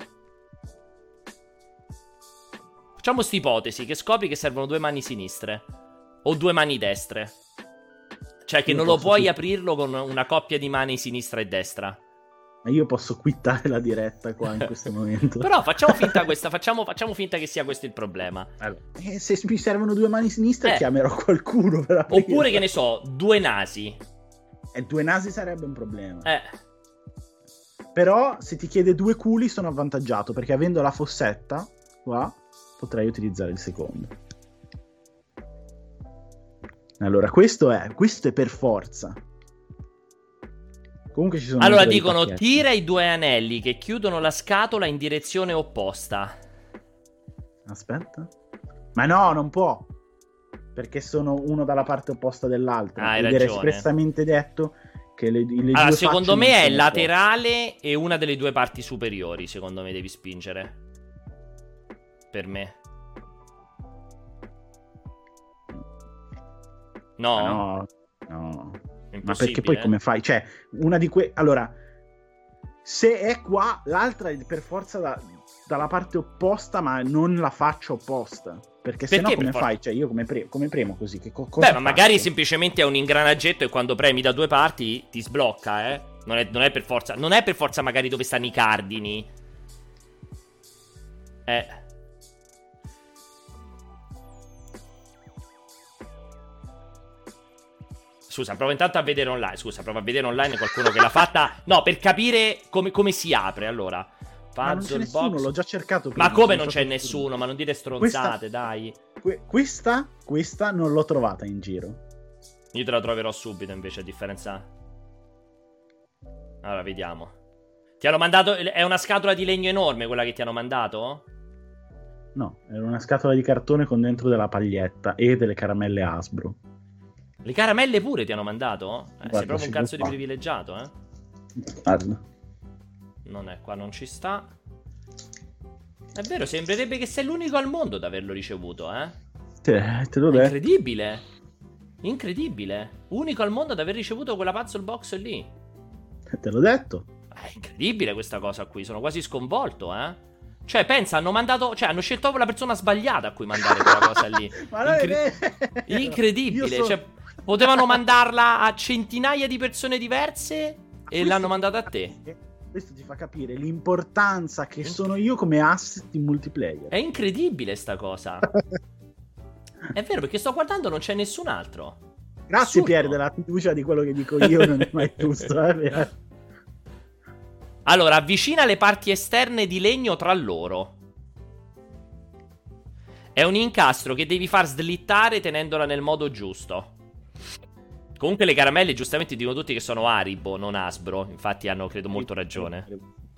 Facciamo st'ipotesi, che scopri che servono due mani sinistre. O due mani destre. Cioè che Io non lo posso puoi qui- aprirlo con una coppia di mani sinistra e destra. Ma io posso quittare la diretta qua in questo momento. Però facciamo finta questa, facciamo, facciamo finta che sia questo il problema. Allora, eh, se mi servono due mani sinistre Eh. chiamerò qualcuno per aprirla. Oppure che ne so, due nasi. E due nasi sarebbe un problema. Eh, Però se ti chiede due culi sono avvantaggiato perché avendo la fossetta qua potrei utilizzare il secondo. Allora questo è questo è per forza. Comunque ci sono allora anche dei dicono pacchetti. tira i due anelli che chiudono la scatola in direzione opposta. Aspetta. Ma no, non può. Perché sono uno dalla parte opposta dell'altro. Ah, hai ed era ragione. espressamente detto che le, le Allora, due secondo facce me non è sono laterale e una delle due parti superiori, secondo me devi spingere. Per me. No? opposte. No, no. Ma Impossibile. perché poi come fai? Cioè, una di que... Allora, se è qua, l'altra è per forza da- dalla parte opposta, ma non la faccia opposta. Perché se no Perché come per for- fai? Cioè, io come, pre- come premo così? Che co- cosa Beh, ma magari faccio? semplicemente è un ingranaggetto e quando premi da due parti ti sblocca, eh. Non è, non è per forza. Non è per forza magari dove stanno i cardini. Eh. Scusa, provo intanto a vedere online. Scusa, provo a vedere online qualcuno che l'ha fatta. No, per capire come, come si apre. Allora, Ma non c'è puzzle nessuno, box. l'ho già cercato prima, Ma come sono non c'è stato nessuno? sicuro. Ma non dire stronzate, Questa- dai. Que- questa, questa non l'ho trovata in giro. Io te la troverò subito invece, a differenza. Allora, vediamo. Ti hanno mandato. È una scatola di legno enorme quella che ti hanno mandato? No, era una scatola di cartone con dentro della paglietta e delle caramelle Hasbro. Le caramelle pure ti hanno mandato? Eh, sei Guarda, proprio un ce cazzo l'ho di qua. privilegiato, eh? Guarda. Non è qua, non ci sta. È vero, sembrerebbe che sei l'unico al mondo ad averlo ricevuto, eh? Te, te l'ho È detto. incredibile. Incredibile. Unico al mondo ad aver ricevuto quella puzzle box lì. Te l'ho detto. È incredibile questa cosa qui, sono quasi sconvolto, eh? Cioè, pensa, hanno mandato, cioè, hanno scelto proprio la persona sbagliata a cui mandare quella cosa lì. Ma non è Incre- vero. Incredibile, Io so- cioè, potevano mandarla a centinaia di persone diverse e Questo l'hanno ti mandata a fa te. capire- Questo ti fa capire l'importanza che sono io come asset in multiplayer. È incredibile sta cosa. È vero, perché sto guardando non c'è nessun altro. Grazie Assurdo. Pier della fiducia di quello che dico io, non è mai giusto. Eh, Pier? Allora, avvicina le parti esterne di legno tra loro. È un incastro che devi far slittare tenendola nel modo giusto. Comunque le caramelle giustamente dicono tutti che sono Haribo, non Hasbro. Infatti hanno, credo, molto ragione.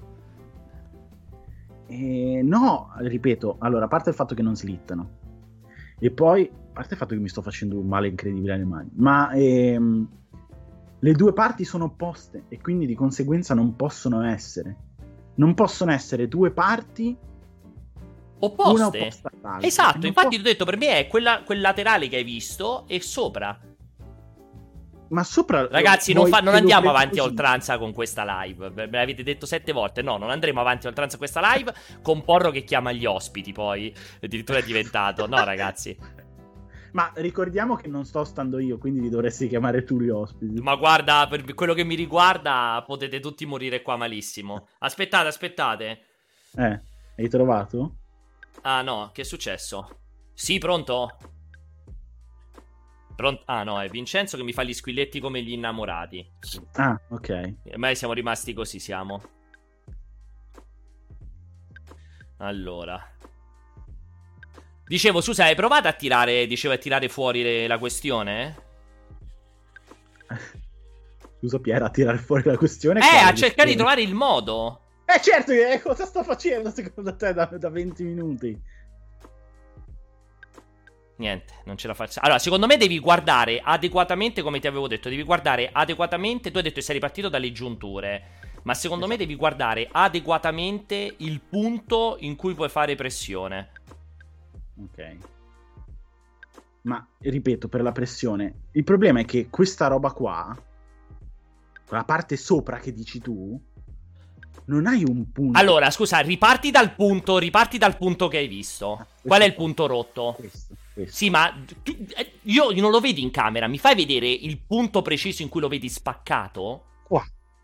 Eh, no, ripeto, allora, a parte il fatto che non slittano, e poi, a parte il fatto che mi sto facendo un male incredibile alle mani, ma ehm, le due parti sono opposte e quindi di conseguenza non possono essere. Non possono essere due parti una Opposte. opposta all'altra. Esatto, Non infatti può- ti ho detto, per me è quella, quel laterale che hai visto e sopra. Ma sopra... Ragazzi, non, fa, non andiamo avanti a così. oltranza con questa live. Me l'avete detto sette volte. No, non andremo avanti a oltranza con questa live. Con Porro che chiama gli ospiti, poi. Addirittura è diventato. No, ragazzi. Ma ricordiamo che non sto stando io, quindi li dovresti chiamare tu gli ospiti. Ma guarda, per quello che mi riguarda, potete tutti morire qua malissimo. Aspettate, aspettate. Eh, hai trovato? Ah, no, che è successo? Sì, pronto? Pronto? Ah, no, è Vincenzo che mi fa gli squilletti come gli innamorati. Ah, ok. Ormai siamo rimasti così, siamo. Allora. Dicevo, Susa, hai provato a tirare, dicevo, a tirare fuori le- la questione? Scusa Piera, a tirare fuori la questione. Eh, quale a cercare di questione? trovare il modo. Eh certo, eh, cosa sto facendo secondo te da, da venti minuti? Niente, non ce la faccio. Allora, secondo me devi guardare adeguatamente, come ti avevo detto, devi guardare adeguatamente. Tu hai detto che sei ripartito dalle giunture, ma secondo Esatto. me devi guardare adeguatamente il punto in cui puoi fare pressione. Ok. Ma ripeto, per la pressione, il problema è che questa roba qua, la parte sopra che dici tu, non hai un punto. Allora, scusa, riparti dal punto, riparti dal punto che hai visto. Ah, questo Qual è il qua. punto rotto? Questo, questo. Sì, ma tu, eh, io non lo vedi in camera. Mi fai vedere il punto preciso in cui lo vedi spaccato? Qua.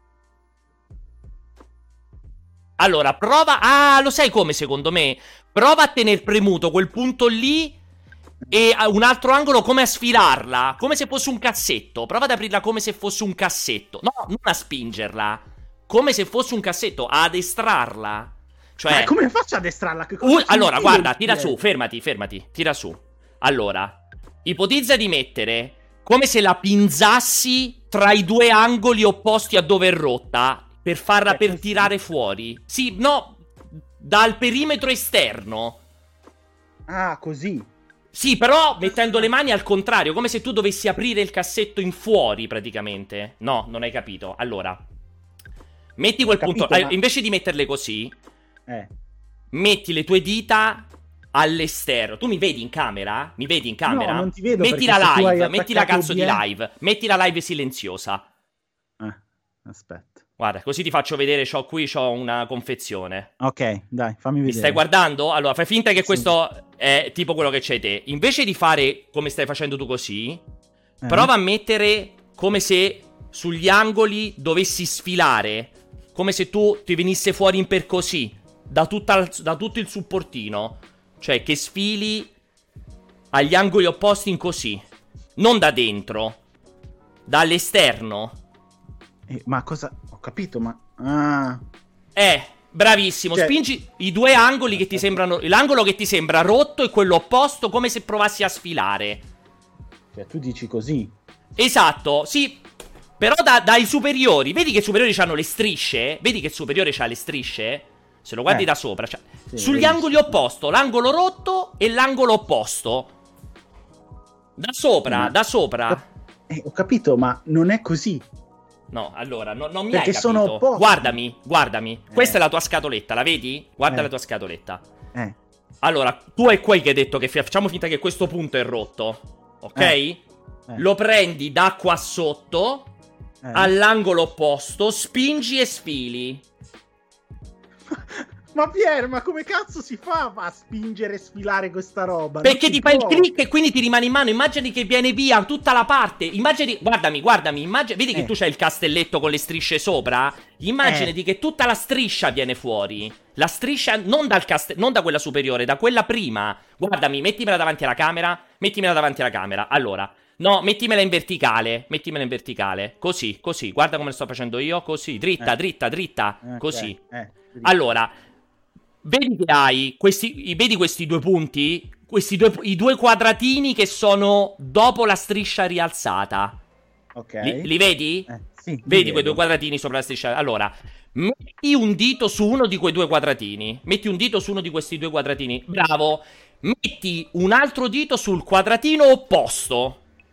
Allora, prova... Ah, lo sai come secondo me? Prova a tener premuto quel punto lì e a un altro angolo come a sfilarla, come se fosse un cassetto. Prova ad aprirla come se fosse un cassetto. No, non a spingerla. Come se fosse un cassetto, ad estrarla. Cioè... Ma come faccio ad estrarla? Che cosa Uh, ci allora, metti guarda, nel tira piede? su, fermati, fermati, tira su. Allora, ipotizza di mettere come se la pinzassi tra i due angoli opposti a dove è rotta per farla Eh, per così. tirare fuori. Sì, no, dal perimetro esterno. Ah, così. Sì, però mettendo le mani al contrario, come se tu dovessi aprire il cassetto in fuori praticamente. No, non hai capito. Allora, metti quel Capito, punto, ma- eh, invece di metterle così, Eh. metti le tue dita all'esterno. Tu mi vedi in camera? Mi vedi in camera? No, non ti vedo, Metti perché la se tu hai live, metti la attaccato cazzo di O B S live. Metti la live silenziosa. Eh, aspetta. Guarda, così ti faccio vedere, c'ho qui, c'ho una confezione. Ok, dai, fammi Mi vedere. stai guardando? Allora, fai finta che Sì. questo è tipo quello che c'hai te. Invece di fare come stai facendo tu così, Eh? prova a mettere come se sugli angoli dovessi sfilare. Come se tu ti venisse fuori in per così. Da, tutta, da tutto il supportino. Cioè che sfili agli angoli opposti in così. Non da dentro. Dall'esterno. Eh, ma cosa... Ho capito, ma... Ah... Eh, bravissimo. Cioè- Spingi i due angoli che ti sembrano... L'angolo che ti sembra rotto e quello opposto come se provassi a sfilare. Cioè, tu dici così. Esatto, sì. Però da- dai superiori. Vedi che i superiori hanno le strisce? Vedi che il superiore c'ha le strisce? Se lo guardi Eh. da sopra. Cioè, Sì, sugli l'ho angoli visto. opposto. L'angolo rotto e l'angolo opposto. Da sopra, Ma- da sopra. Eh, ho capito, ma non è così. No, allora, no- non mi Perché hai capito. sono opposti. Guardami, guardami. Eh. Questa è la tua scatoletta, la vedi? Guarda Eh. la tua scatoletta. Eh, Allora, tu è qui che hai detto che fi- facciamo finta che questo punto è rotto. Ok? Eh. eh. Lo prendi da qua sotto, eh. all'angolo opposto, spingi e sfili. Ma Pier, ma come cazzo si fa a spingere e sfilare questa roba? Perché Non ti si fai il può. click e quindi ti rimane in mano. Immagini che viene via tutta la parte. Immagini, guardami, guardami. Immagini, vedi che Eh. tu c'hai il castelletto con le strisce sopra? Immaginati Eh. che tutta la striscia viene fuori. La striscia non dal cast- non da quella superiore, da quella prima. Guardami, mettimela davanti alla camera. Mettimela davanti alla camera. Allora, no, mettimela in verticale. Mettimela in verticale. Così, così. Guarda come lo sto facendo io. Così, dritta, Eh. dritta, dritta. Ok, Così. eh, Allora, vedi che hai questi, vedi questi due punti? Questi due, i due quadratini che sono dopo la striscia rialzata. ok. Li, li vedi? Eh, sì, li Vedi vedo. quei due quadratini sopra la striscia? Allora, metti un dito su uno di quei due quadratini. Metti un dito su uno di questi due quadratini. Bravo. Metti un altro dito sul quadratino opposto.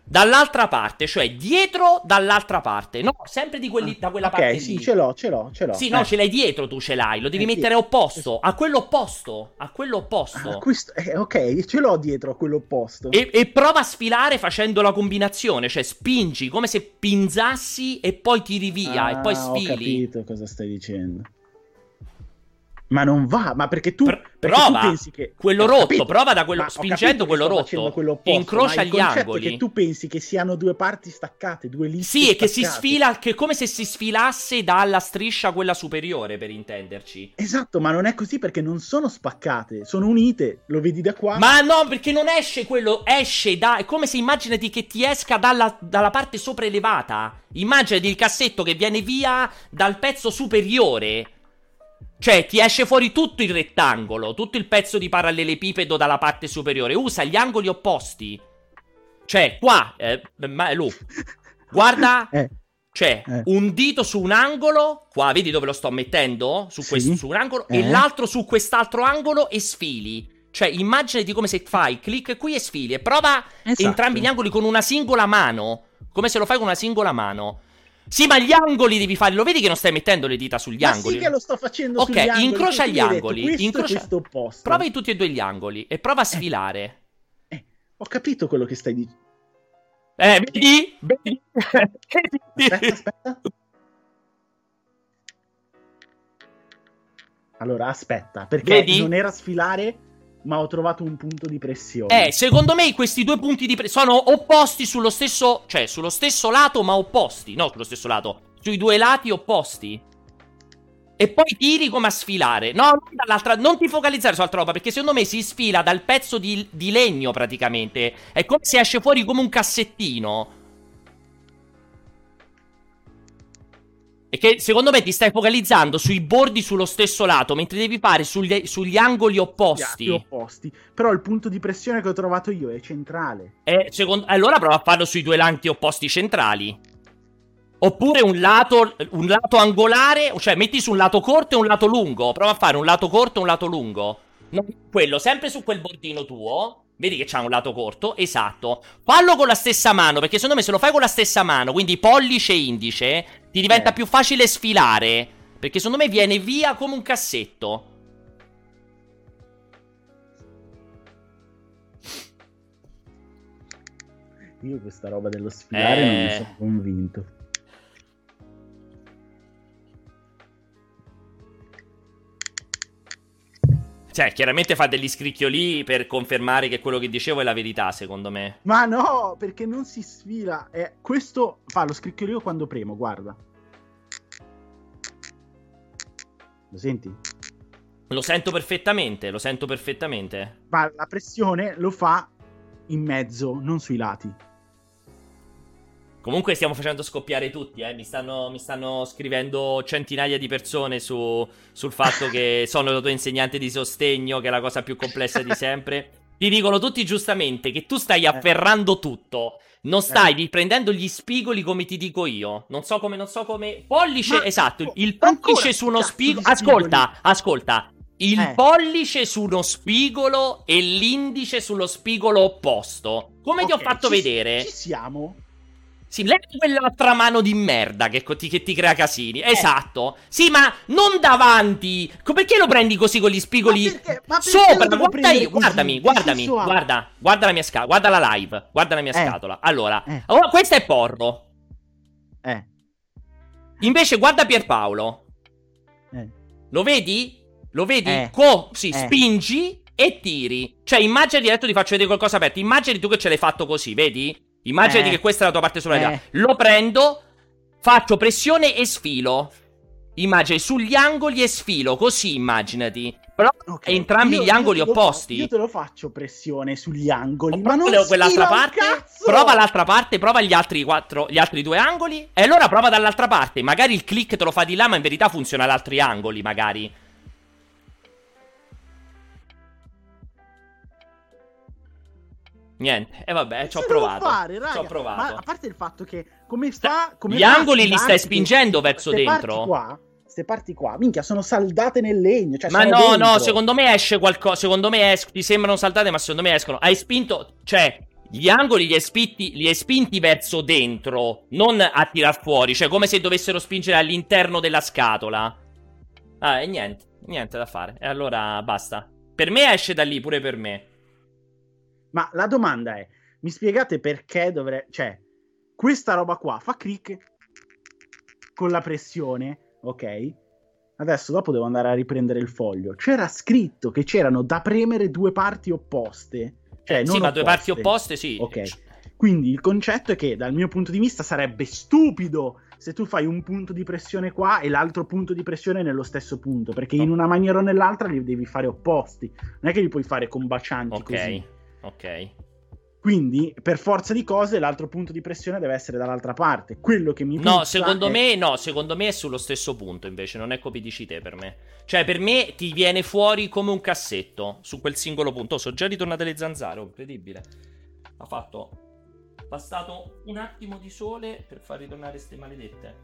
dall'altra parte, cioè dietro dall'altra parte. No, sempre di quelli, da quella Ok, parte sì, lì. ce l'ho, ce l'ho, ce l'ho. Sì, no, Eh. ce l'hai dietro, tu ce l'hai. Lo devi Eh, sì. mettere opposto, a quello opposto, a quello opposto. Ah, questo- eh, ok, ce l'ho dietro a quello opposto. E, e prova a sfilare facendo la combinazione, cioè spingi come se pinzassi e poi tiri via Ah, e poi ho sfili. capito cosa stai dicendo. Ma non va, ma perché tu, Pr- perché prova tu pensi che quello ho rotto, capito, prova da quello ma ho spingendo capito che quello sto rotto, facendo quello opposto, incrocia ma il gli concetto angoli. è che tu pensi che siano due parti staccate, due liste Sì, e che si staccate. sfila, che è come se si sfilasse dalla striscia quella superiore, per intenderci. Esatto, ma non è così perché non sono spaccate, sono unite, lo vedi da qua? Ma no, perché non esce quello, esce da... È come se immaginati che ti esca dalla, dalla parte sopraelevata. Immaginati il cassetto che viene via dal pezzo superiore. Cioè, ti esce fuori tutto il rettangolo, tutto il pezzo di parallelepipedo dalla parte superiore. Usa gli angoli opposti. Cioè, qua, eh, ma, Lu, guarda, Eh, c'è eh. un dito su un angolo, qua, vedi dove lo sto mettendo? Su, Sì. questo, su un angolo, Eh. e l'altro su quest'altro angolo e sfili. Cioè, immaginati come se fai clic qui e sfili. E prova Esatto. entrambi gli angoli con una singola mano. Come se lo fai con una singola mano. Sì, ma gli angoli devi fare. Lo vedi che non stai mettendo le dita sugli Ma angoli? sì che lo sto facendo Ok, sugli angoli, incrocia tu gli mi hai detto angoli. questo e Incrocia... questo opposto. Prova in tutti e due gli angoli e prova a sfilare. Eh, ho capito quello che stai dicendo. Eh, vedi? Vedi? Aspetta, aspetta. Allora, aspetta, perché Vedi? non era sfilare, ma ho trovato un punto di pressione. Eh, secondo me questi due punti di pressione sono opposti sullo stesso, cioè sullo stesso lato ma opposti, no sullo stesso lato, sui due lati opposti. E poi tiri come a sfilare. No, non dall'altra, non ti focalizzare sull'altra roba, perché secondo me si sfila dal pezzo di, di legno praticamente. È come se esce fuori come un cassettino. E che secondo me ti stai focalizzando sui bordi sullo stesso lato, mentre devi fare sugli, sugli angoli opposti. Gli opposti. Però il punto di pressione che ho trovato io è centrale. Eh, secondo... Allora prova a farlo sui due lati opposti centrali. Oppure un lato, un lato angolare, cioè metti su un lato corto e un lato lungo. Prova a fare un lato corto e un lato lungo. Non quello, sempre su quel bordino tuo. Vedi che c'ha un lato corto, esatto. Fallo con la stessa mano, perché secondo me se lo fai con la stessa mano, quindi pollice e indice, ti diventa Eh. più facile sfilare. Perché secondo me viene via come un cassetto. Io questa roba dello sfilare non Eh. mi sono convinto. Cioè, chiaramente fa degli scricchioli per confermare che quello che dicevo è la verità, secondo me. Ma no, perché non si sfila. Eh, questo fa lo scricchiolio quando premo, guarda. Lo senti? Lo sento perfettamente, lo sento perfettamente. Ma la pressione lo fa in mezzo, non sui lati. Comunque stiamo facendo scoppiare tutti, eh. Mi stanno, mi stanno scrivendo centinaia di persone su, sul fatto che sono il tuo insegnante di sostegno, che è la cosa più complessa di sempre. Ti dicono tutti giustamente che tu stai afferrando tutto. Non stai riprendendo gli spigoli come ti dico io. Non so come, non so come. Pollice, Ma- esatto. Il ancora pollice su uno cazzo di spigolo. spigoli? Ascolta, ascolta. Il Eh. pollice su uno spigolo e l'indice sullo spigolo opposto. Come ti ho Ok, fatto ci- vedere? Ci siamo. Sì, lei è quell'altra mano di merda che, co- ti, che ti crea casini. Eh. Esatto. Sì, ma non davanti. Co- Perché lo prendi così con gli spigoli Ma perché- ma perché sopra? lo devo Guarda prendere io, così? guardami, Che guardami, senso ha? guarda, guarda la mia scatola, guarda la live, guarda la mia Eh. scatola. Allora, Eh. oh, questo è Porro. Eh. Invece guarda Pierpaolo. Eh. Lo vedi? Lo vedi? Eh. Co- sì, Eh. spingi e tiri. Cioè, immagini, adesso ti faccio vedere qualcosa aperto. Immagini tu che ce l'hai fatto così, vedi? Immaginati Eh. che questa è la tua parte sopra. Eh. Lo prendo, faccio pressione e sfilo. Immagini sugli angoli e sfilo, così immaginati. Però Ok, entrambi io- gli angoli io te lo opposti. fa- io te lo faccio pressione sugli angoli, O ma non prova quell'altra sfila un parte, cazzo! prova l'altra parte, prova gli altri quattro, gli altri due angoli. E allora prova dall'altra parte. Magari il click te lo fa di là, ma in verità funziona ad altri angoli, magari. Niente, e vabbè, ci ho Cosa devo provato. fare, raga? Ci ho provato. Ma a parte il fatto che come fa come Gli fa a angoli li stai sfilarti spingendo queste- verso queste dentro? Parti qua, queste parti qua, minchia, sono saldate nel legno, cioè Ma sono no, dentro. no, secondo me esce qualcosa. Secondo me es- ti sembrano saltate, ma secondo me escono. Hai spinto. Cioè, Gli angoli li hai, spinti, li hai spinti verso dentro, non a tirar fuori, cioè come se dovessero spingere all'interno della scatola. Ah, e niente, niente da fare. E allora basta. Per me esce da lì, pure per me. Ma la domanda è, mi spiegate perché dovrei... Cioè, questa roba qua fa click con la pressione, ok? Adesso dopo devo andare a riprendere il foglio. C'era scritto che c'erano da premere due parti opposte. Cioè, eh, non sì, ma opposte. due parti opposte, sì. Ok. Quindi il concetto è che dal mio punto di vista sarebbe stupido se tu fai un punto di pressione qua e l'altro punto di pressione nello stesso punto, perché no. in una maniera o nell'altra li devi fare opposti. Non è che li puoi fare combacianti Ok, così. ok. Quindi, per forza di cose, l'altro punto di pressione deve essere dall'altra parte. Quello che mi No, secondo è... me, no, secondo me è sullo stesso punto, invece, non è come dici te per me. Cioè, per me ti viene fuori come un cassetto, su quel singolo punto. Oh, sono già ritornate le zanzare, oh, incredibile. Ha fatto... Bastato un attimo di sole per far ritornare ste maledette.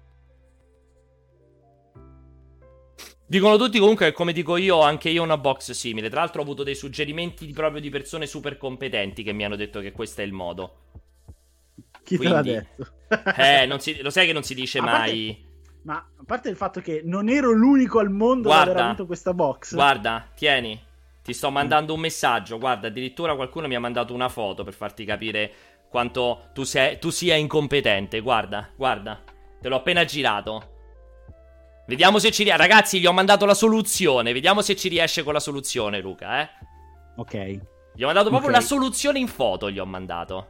Dicono tutti comunque che, come dico io, anche io ho una box simile. Tra l'altro ho avuto dei suggerimenti di proprio di persone super competenti che mi hanno detto che questo è il modo. Chi Quindi, te l'ha detto? eh, non si, lo sai che non si dice a mai. Parte, ma a parte il fatto che non ero l'unico al mondo guarda, ad aver avuto questa box. Guarda, tieni. Ti sto mandando un messaggio. Guarda, addirittura qualcuno mi ha mandato una foto per farti capire quanto tu, sei, tu sia incompetente. Guarda, guarda. Te l'ho appena girato. Vediamo se ci riesce. Ragazzi, gli ho mandato la soluzione. Vediamo se ci riesce con la soluzione, Luca, eh. Ok. Gli ho mandato proprio okay. la soluzione in foto, gli ho mandato.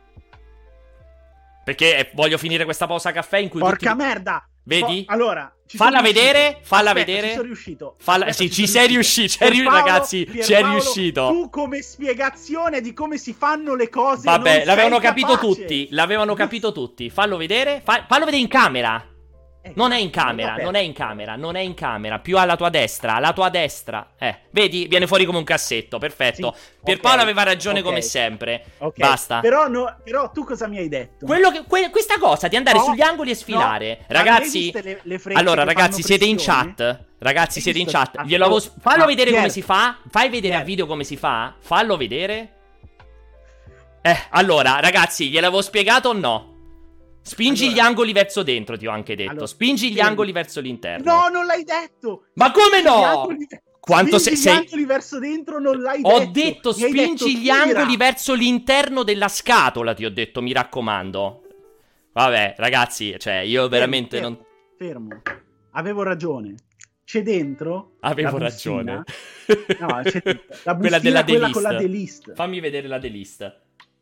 Perché eh, voglio finire questa pausa caffè in cui Porca tutti... merda! Vedi? Po- allora, ci falla sono vedere, riuscito. falla Aspetta, vedere. Ci sono riuscito. Falla... Aspetta, sì, ci sono sei riuscito. C'è riuscito, Paolo, ragazzi. Pierpaolo, c'è riuscito. Tu come spiegazione di come si fanno le cose. Vabbè, non l'avevano sei capito capace. tutti. L'avevano capito tutti. Fallo vedere. Fa... Fallo vedere in camera. Eh, Non è in camera, non è in camera, non è in camera. Più alla tua destra, alla tua destra. Eh, vedi? Viene fuori come un cassetto, perfetto. Sì, Pierpaolo okay, aveva ragione okay. come sempre. Okay. Basta. Però, no, però tu cosa mi hai detto? Quello che, que- questa cosa di andare no, sugli angoli e sfilare. No, ragazzi, le, le frecce allora che ragazzi, siete in pressione? chat? Ragazzi, Hai siete in visto? chat. Ah, Glielo avevo... oh, Fallo ah, vedere Pier, come si fa. Fai vedere Pier. a video come si fa. Fallo vedere. Eh, allora, ragazzi, gliel'avevo spiegato o no? Spingi allora, gli angoli verso dentro, ti ho anche detto. allora, Spingi gli fermi. angoli verso l'interno. No, non l'hai detto. Ma come Spingi gli no? angoli, Quanto spingi sei... gli sei... angoli verso dentro, non l'hai Ho detto. detto Mi hai spingi detto, gli tira. angoli verso l'interno della scatola, ti ho detto, mi raccomando. Vabbè, ragazzi, cioè, io veramente fermo, non... Fermo. Avevo ragione. C'è dentro Avevo la ragione. bustina. No, c'è la bustina, quella della quella delist. con la delist. Fammi vedere la delist.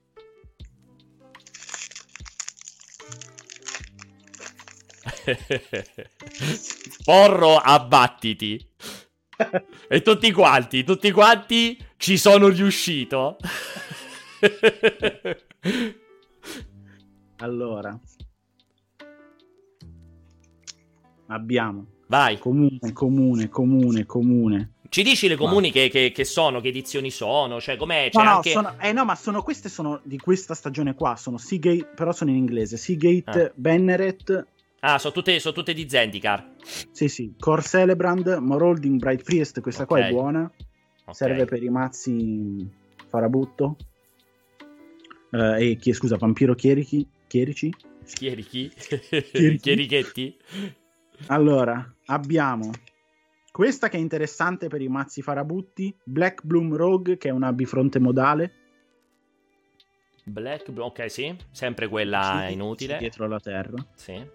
Porro, abbattiti. E tutti quanti, tutti quanti ci sono riuscito. Allora, abbiamo Vai. comune, comune, comune, comune. Ci dici le comuni che, che, che sono, che edizioni sono? Cioè, com'è? C'è No, no, anche... sono, eh no, ma sono queste sono di questa stagione qua. Sono Seagate, però sono in inglese. Seagate, Ah. Banneret. Ah, sono tutte, sono tutte di Zendikar. Sì, sì. Core Celebrand, Morolding, Bright Priest. Questa qua Ok. è buona. Ok. Serve per i mazzi Farabutto. Eh, e chi, scusa, Vampiro Chierichi, Chierici. Chierichi? Chierichi. Chierichetti? Allora, abbiamo questa che è interessante per i mazzi Farabutti. Black Bloom Rogue, che è una bifronte modale. Black, ok, sì. Sempre quella Sì, inutile. sì, dietro la terra. Sì.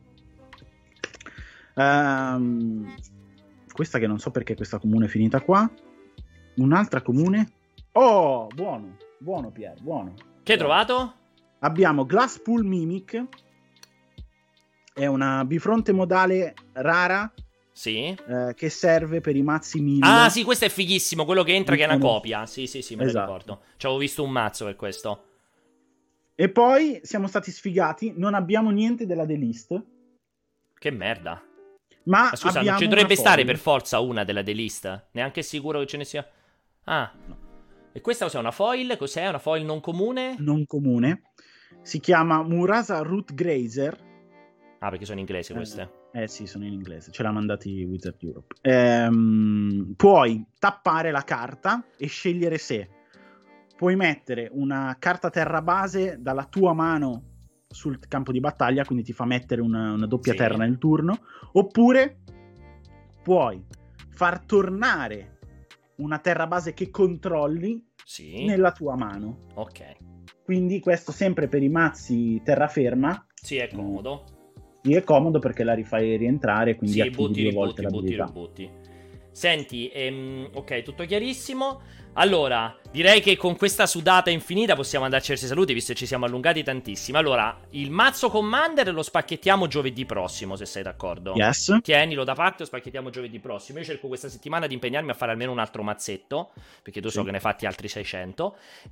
Um, questa che non so perché questa comune è finita qua. Un'altra comune. Oh, buono, buono Pier, buono. Che hai trovato? Abbiamo Glasspool Mimic. È una bifronte modale rara Sì. eh, che serve per i mazzi mille. Ah, sì, questo è fighissimo. Quello che entra che è una Dicono- copia. Sì, sì, sì, me lo Esatto. ricordo. Ci avevo visto un mazzo per questo. E poi siamo stati sfigati. Non abbiamo niente della delist. Che merda. Ma Ma scusa, non abbiamo ci dovrebbe una stare foil. per forza una della delist? Neanche sicuro che ce ne sia. Ah. E questa cos'è? Una foil? Cos'è? Una foil non comune? Non comune. Si chiama Murasa Root Grazer. Ah, perché sono inglesi queste. Eh sì, sono in inglese, ce l'ha mandati Wizard Europe. Ehm, puoi tappare la carta e scegliere se puoi mettere una carta terra base dalla tua mano sul campo di battaglia, quindi ti fa mettere una, una doppia Sì. terra nel turno, oppure puoi far tornare una terra base che controlli Sì. nella tua mano. Ok. Quindi questo sempre per i mazzi terraferma. Sì, è comodo. Sì, è comodo perché la rifai rientrare, quindi Sì, attivi butti, due volte ributti, butti, l'abilità. ributti. Senti, ehm, ok, tutto chiarissimo. Allora, direi che con questa sudata infinita possiamo andarci ai saluti, visto che ci siamo allungati tantissimo. Allora, il mazzo Commander lo spacchettiamo giovedì prossimo, se sei d'accordo. Yes. Tienilo da parte, lo spacchettiamo giovedì prossimo. Io cerco questa settimana di impegnarmi a fare almeno un altro mazzetto, perché tu Sì. so che ne hai fatti altri seicento.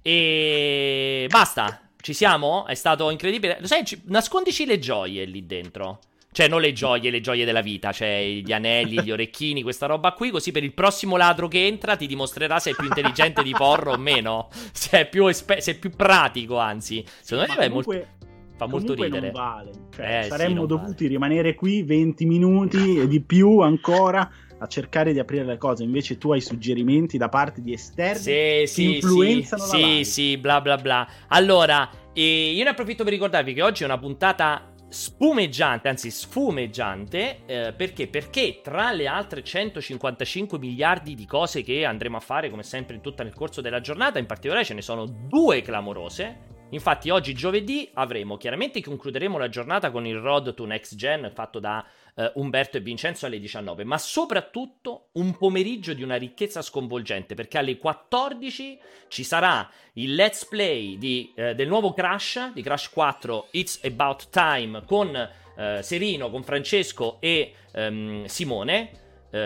E basta, ci siamo? È stato incredibile. Lo sai, ci- nascondici le gioie lì dentro. Cioè, non le gioie, le gioie della vita, cioè gli anelli, gli orecchini, questa roba qui, così per il prossimo ladro che entra ti dimostrerà se è più intelligente di Porro o meno, se è più, espe- se è più pratico, anzi. Secondo me Ma è molto, comunque, fa molto comunque ridere. non vale. Cioè, Eh, sì, saremmo non dovuti vale. rimanere qui venti minuti e di più ancora a cercare di aprire le cose. Invece tu hai suggerimenti da parte di esterni Sì, che sì, influenzano sì, la sì, live. sì, bla bla bla. Allora, eh, io ne approfitto per ricordarvi che oggi è una puntata spumeggiante, anzi sfumeggiante, eh, perché? Perché tra le altre centocinquantacinque miliardi di cose che andremo a fare, come sempre in tutta nel corso della giornata, in particolare ce ne sono due clamorose. Infatti oggi giovedì avremo, chiaramente concluderemo la giornata con il Road to Next Gen fatto da uh, Umberto e Vincenzo alle diciannove, ma soprattutto un pomeriggio di una ricchezza sconvolgente, perché alle quattordici ci sarà il let's play di, uh, del nuovo Crash, di Crash quattro, It's About Time, con uh, Serino, con Francesco e um, Simone.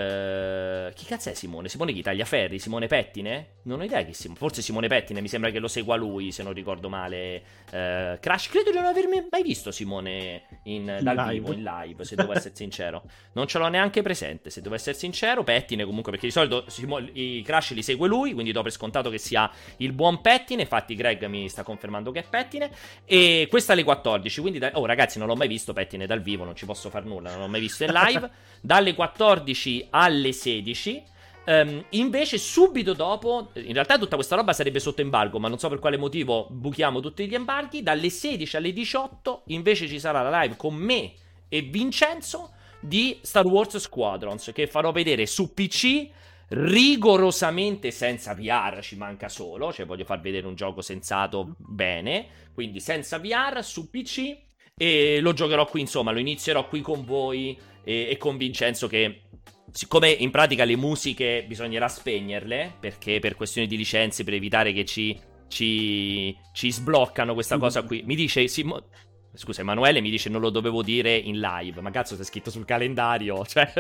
Uh, chi cazzo è Simone? Simone chi? Tagliaferri? Simone Pettine? Non ho idea chi sia. Forse Simone Pettine, mi sembra che lo segua lui, se non ricordo male. uh, Crash, credo di non avermi mai visto Simone in, In dal live. vivo, in live, se devo essere sincero. Non ce l'ho neanche presente, se devo essere sincero. Pettine comunque, perché di solito Simo- i Crash li segue lui, quindi do per scontato che sia il buon Pettine. Infatti Greg mi sta confermando che è Pettine. E questa alle quattordici, quindi da- oh ragazzi, non l'ho mai visto Pettine dal vivo, non ci posso far nulla, non l'ho mai visto in live. Dalle quattordici alle sedici. Um, invece subito dopo, in realtà tutta questa roba sarebbe sotto embargo, ma non so per quale motivo buchiamo tutti gli embarghi. Dalle sedici alle diciotto invece ci sarà la live con me e Vincenzo di Star Wars Squadrons, che farò vedere su P C rigorosamente senza V R, ci manca solo, cioè voglio far vedere un gioco sensato bene, quindi senza V R su P C, e lo giocherò qui, insomma lo inizierò qui con voi e, e con Vincenzo, che siccome in pratica le musiche bisognerà spegnerle, perché per questioni di licenze, per evitare che ci, ci, ci sbloccano questa cosa qui. Mi dice Simo... Scusa, Emanuele mi dice non lo dovevo dire in live. Ma cazzo, c'è scritto sul calendario. Cioè,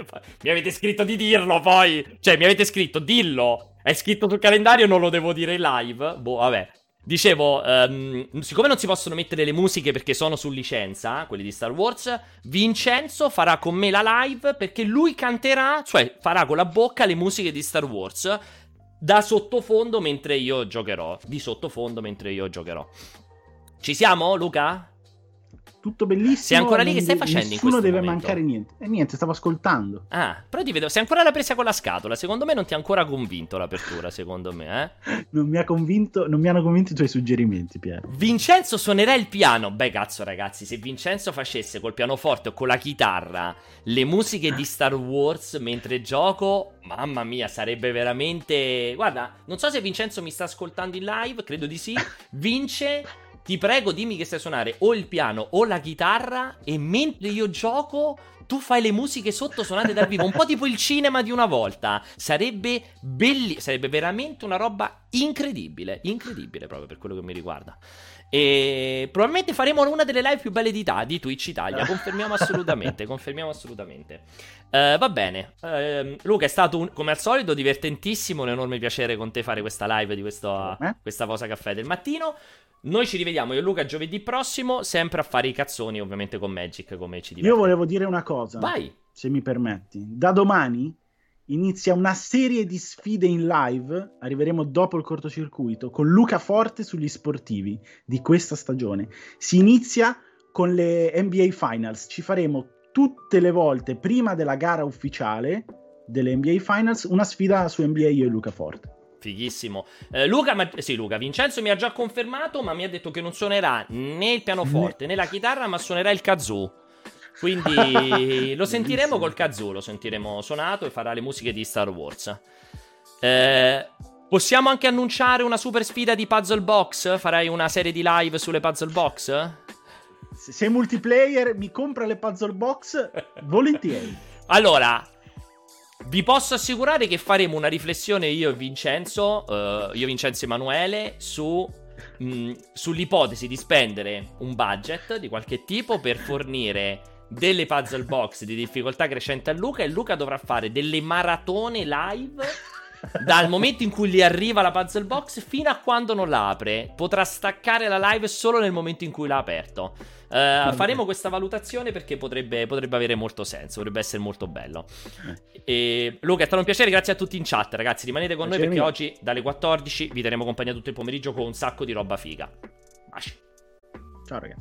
mi avete scritto di dirlo poi. Cioè, mi avete scritto, dillo. È scritto sul calendario, non lo devo dire in live. Boh, vabbè. Dicevo, um, siccome non si possono mettere le musiche perché sono su licenza, quelli di Star Wars, Vincenzo farà con me la live perché lui canterà, cioè farà con la bocca le musiche di Star Wars da sottofondo mentre io giocherò. Di sottofondo mentre io giocherò. Ci siamo, Luca? Tutto bellissimo. Sei ancora lì? non Che stai de- facendo in Nessuno questo deve momento? mancare niente. E niente, stavo ascoltando. Ah, però ti vedo, sei ancora alla presa con la scatola. Secondo me non ti ha ancora convinto l'apertura, secondo me, eh? Non mi ha convinto, non mi hanno convinto i tuoi suggerimenti, Piero. Vincenzo suonerà il piano. Beh, cazzo, ragazzi, se Vincenzo facesse col pianoforte o con la chitarra le musiche di Star Wars mentre gioco, mamma mia, sarebbe veramente... Guarda, non so se Vincenzo mi sta ascoltando in live, credo di sì. Vince, ti prego, dimmi che sai suonare o il piano o la chitarra e mentre io gioco tu fai le musiche sotto suonate dal vivo, un po' tipo il cinema di una volta. Sarebbe belli, sarebbe veramente una roba incredibile, incredibile proprio per quello che mi riguarda. E probabilmente faremo una delle live più belle di, ta- di Twitch Italia, confermiamo assolutamente, confermiamo assolutamente. Uh, va bene, uh, Luca, è stato un, come al solito divertentissimo, un enorme piacere con te fare questa live di questo, eh? questa Posa Caffè del mattino. Noi ci rivediamo io e Luca giovedì prossimo, sempre a fare i cazzoni, ovviamente con Magic, come ci diverte. Io volevo dire una cosa. Vai. Se mi permetti. Da domani inizia una serie di sfide in live, arriveremo dopo il cortocircuito, con Luca Forte sugli sportivi di questa stagione. Si inizia con le N B A Finals. Ci faremo tutte le volte, prima della gara ufficiale delle N B A Finals, una sfida su N B A io e Luca Forte. Fighissimo. Eh, Luca, ma... sì, Luca, Vincenzo mi ha già confermato, ma mi ha detto che non suonerà né il pianoforte né la chitarra, ma suonerà il kazoo. Quindi lo sentiremo col kazoo, lo sentiremo suonato e farà le musiche di Star Wars. Eh, possiamo anche annunciare una super sfida di Puzzle Box? Farai una serie di live sulle Puzzle Box? Se multiplayer mi compra le Puzzle Box, volentieri. Allora, vi posso assicurare che faremo una riflessione io e Vincenzo, uh, io Vincenzo Emanuele, su, mh, sull'ipotesi di spendere un budget di qualche tipo per fornire delle puzzle box di difficoltà crescente a Luca, e Luca dovrà fare delle maratone live dal momento in cui gli arriva la puzzle box fino a quando non la apre. Potrà staccare la live solo nel momento in cui l'ha aperto. Uh, faremo questa valutazione perché potrebbe, potrebbe avere molto senso, potrebbe essere molto bello. E, Luca, è stato un piacere, grazie a tutti in chat, ragazzi. Rimanete con noi perché oggi dalle quattordici vi terremo compagnia tutto il pomeriggio con un sacco di roba figa. Baci. Ciao ragazzi.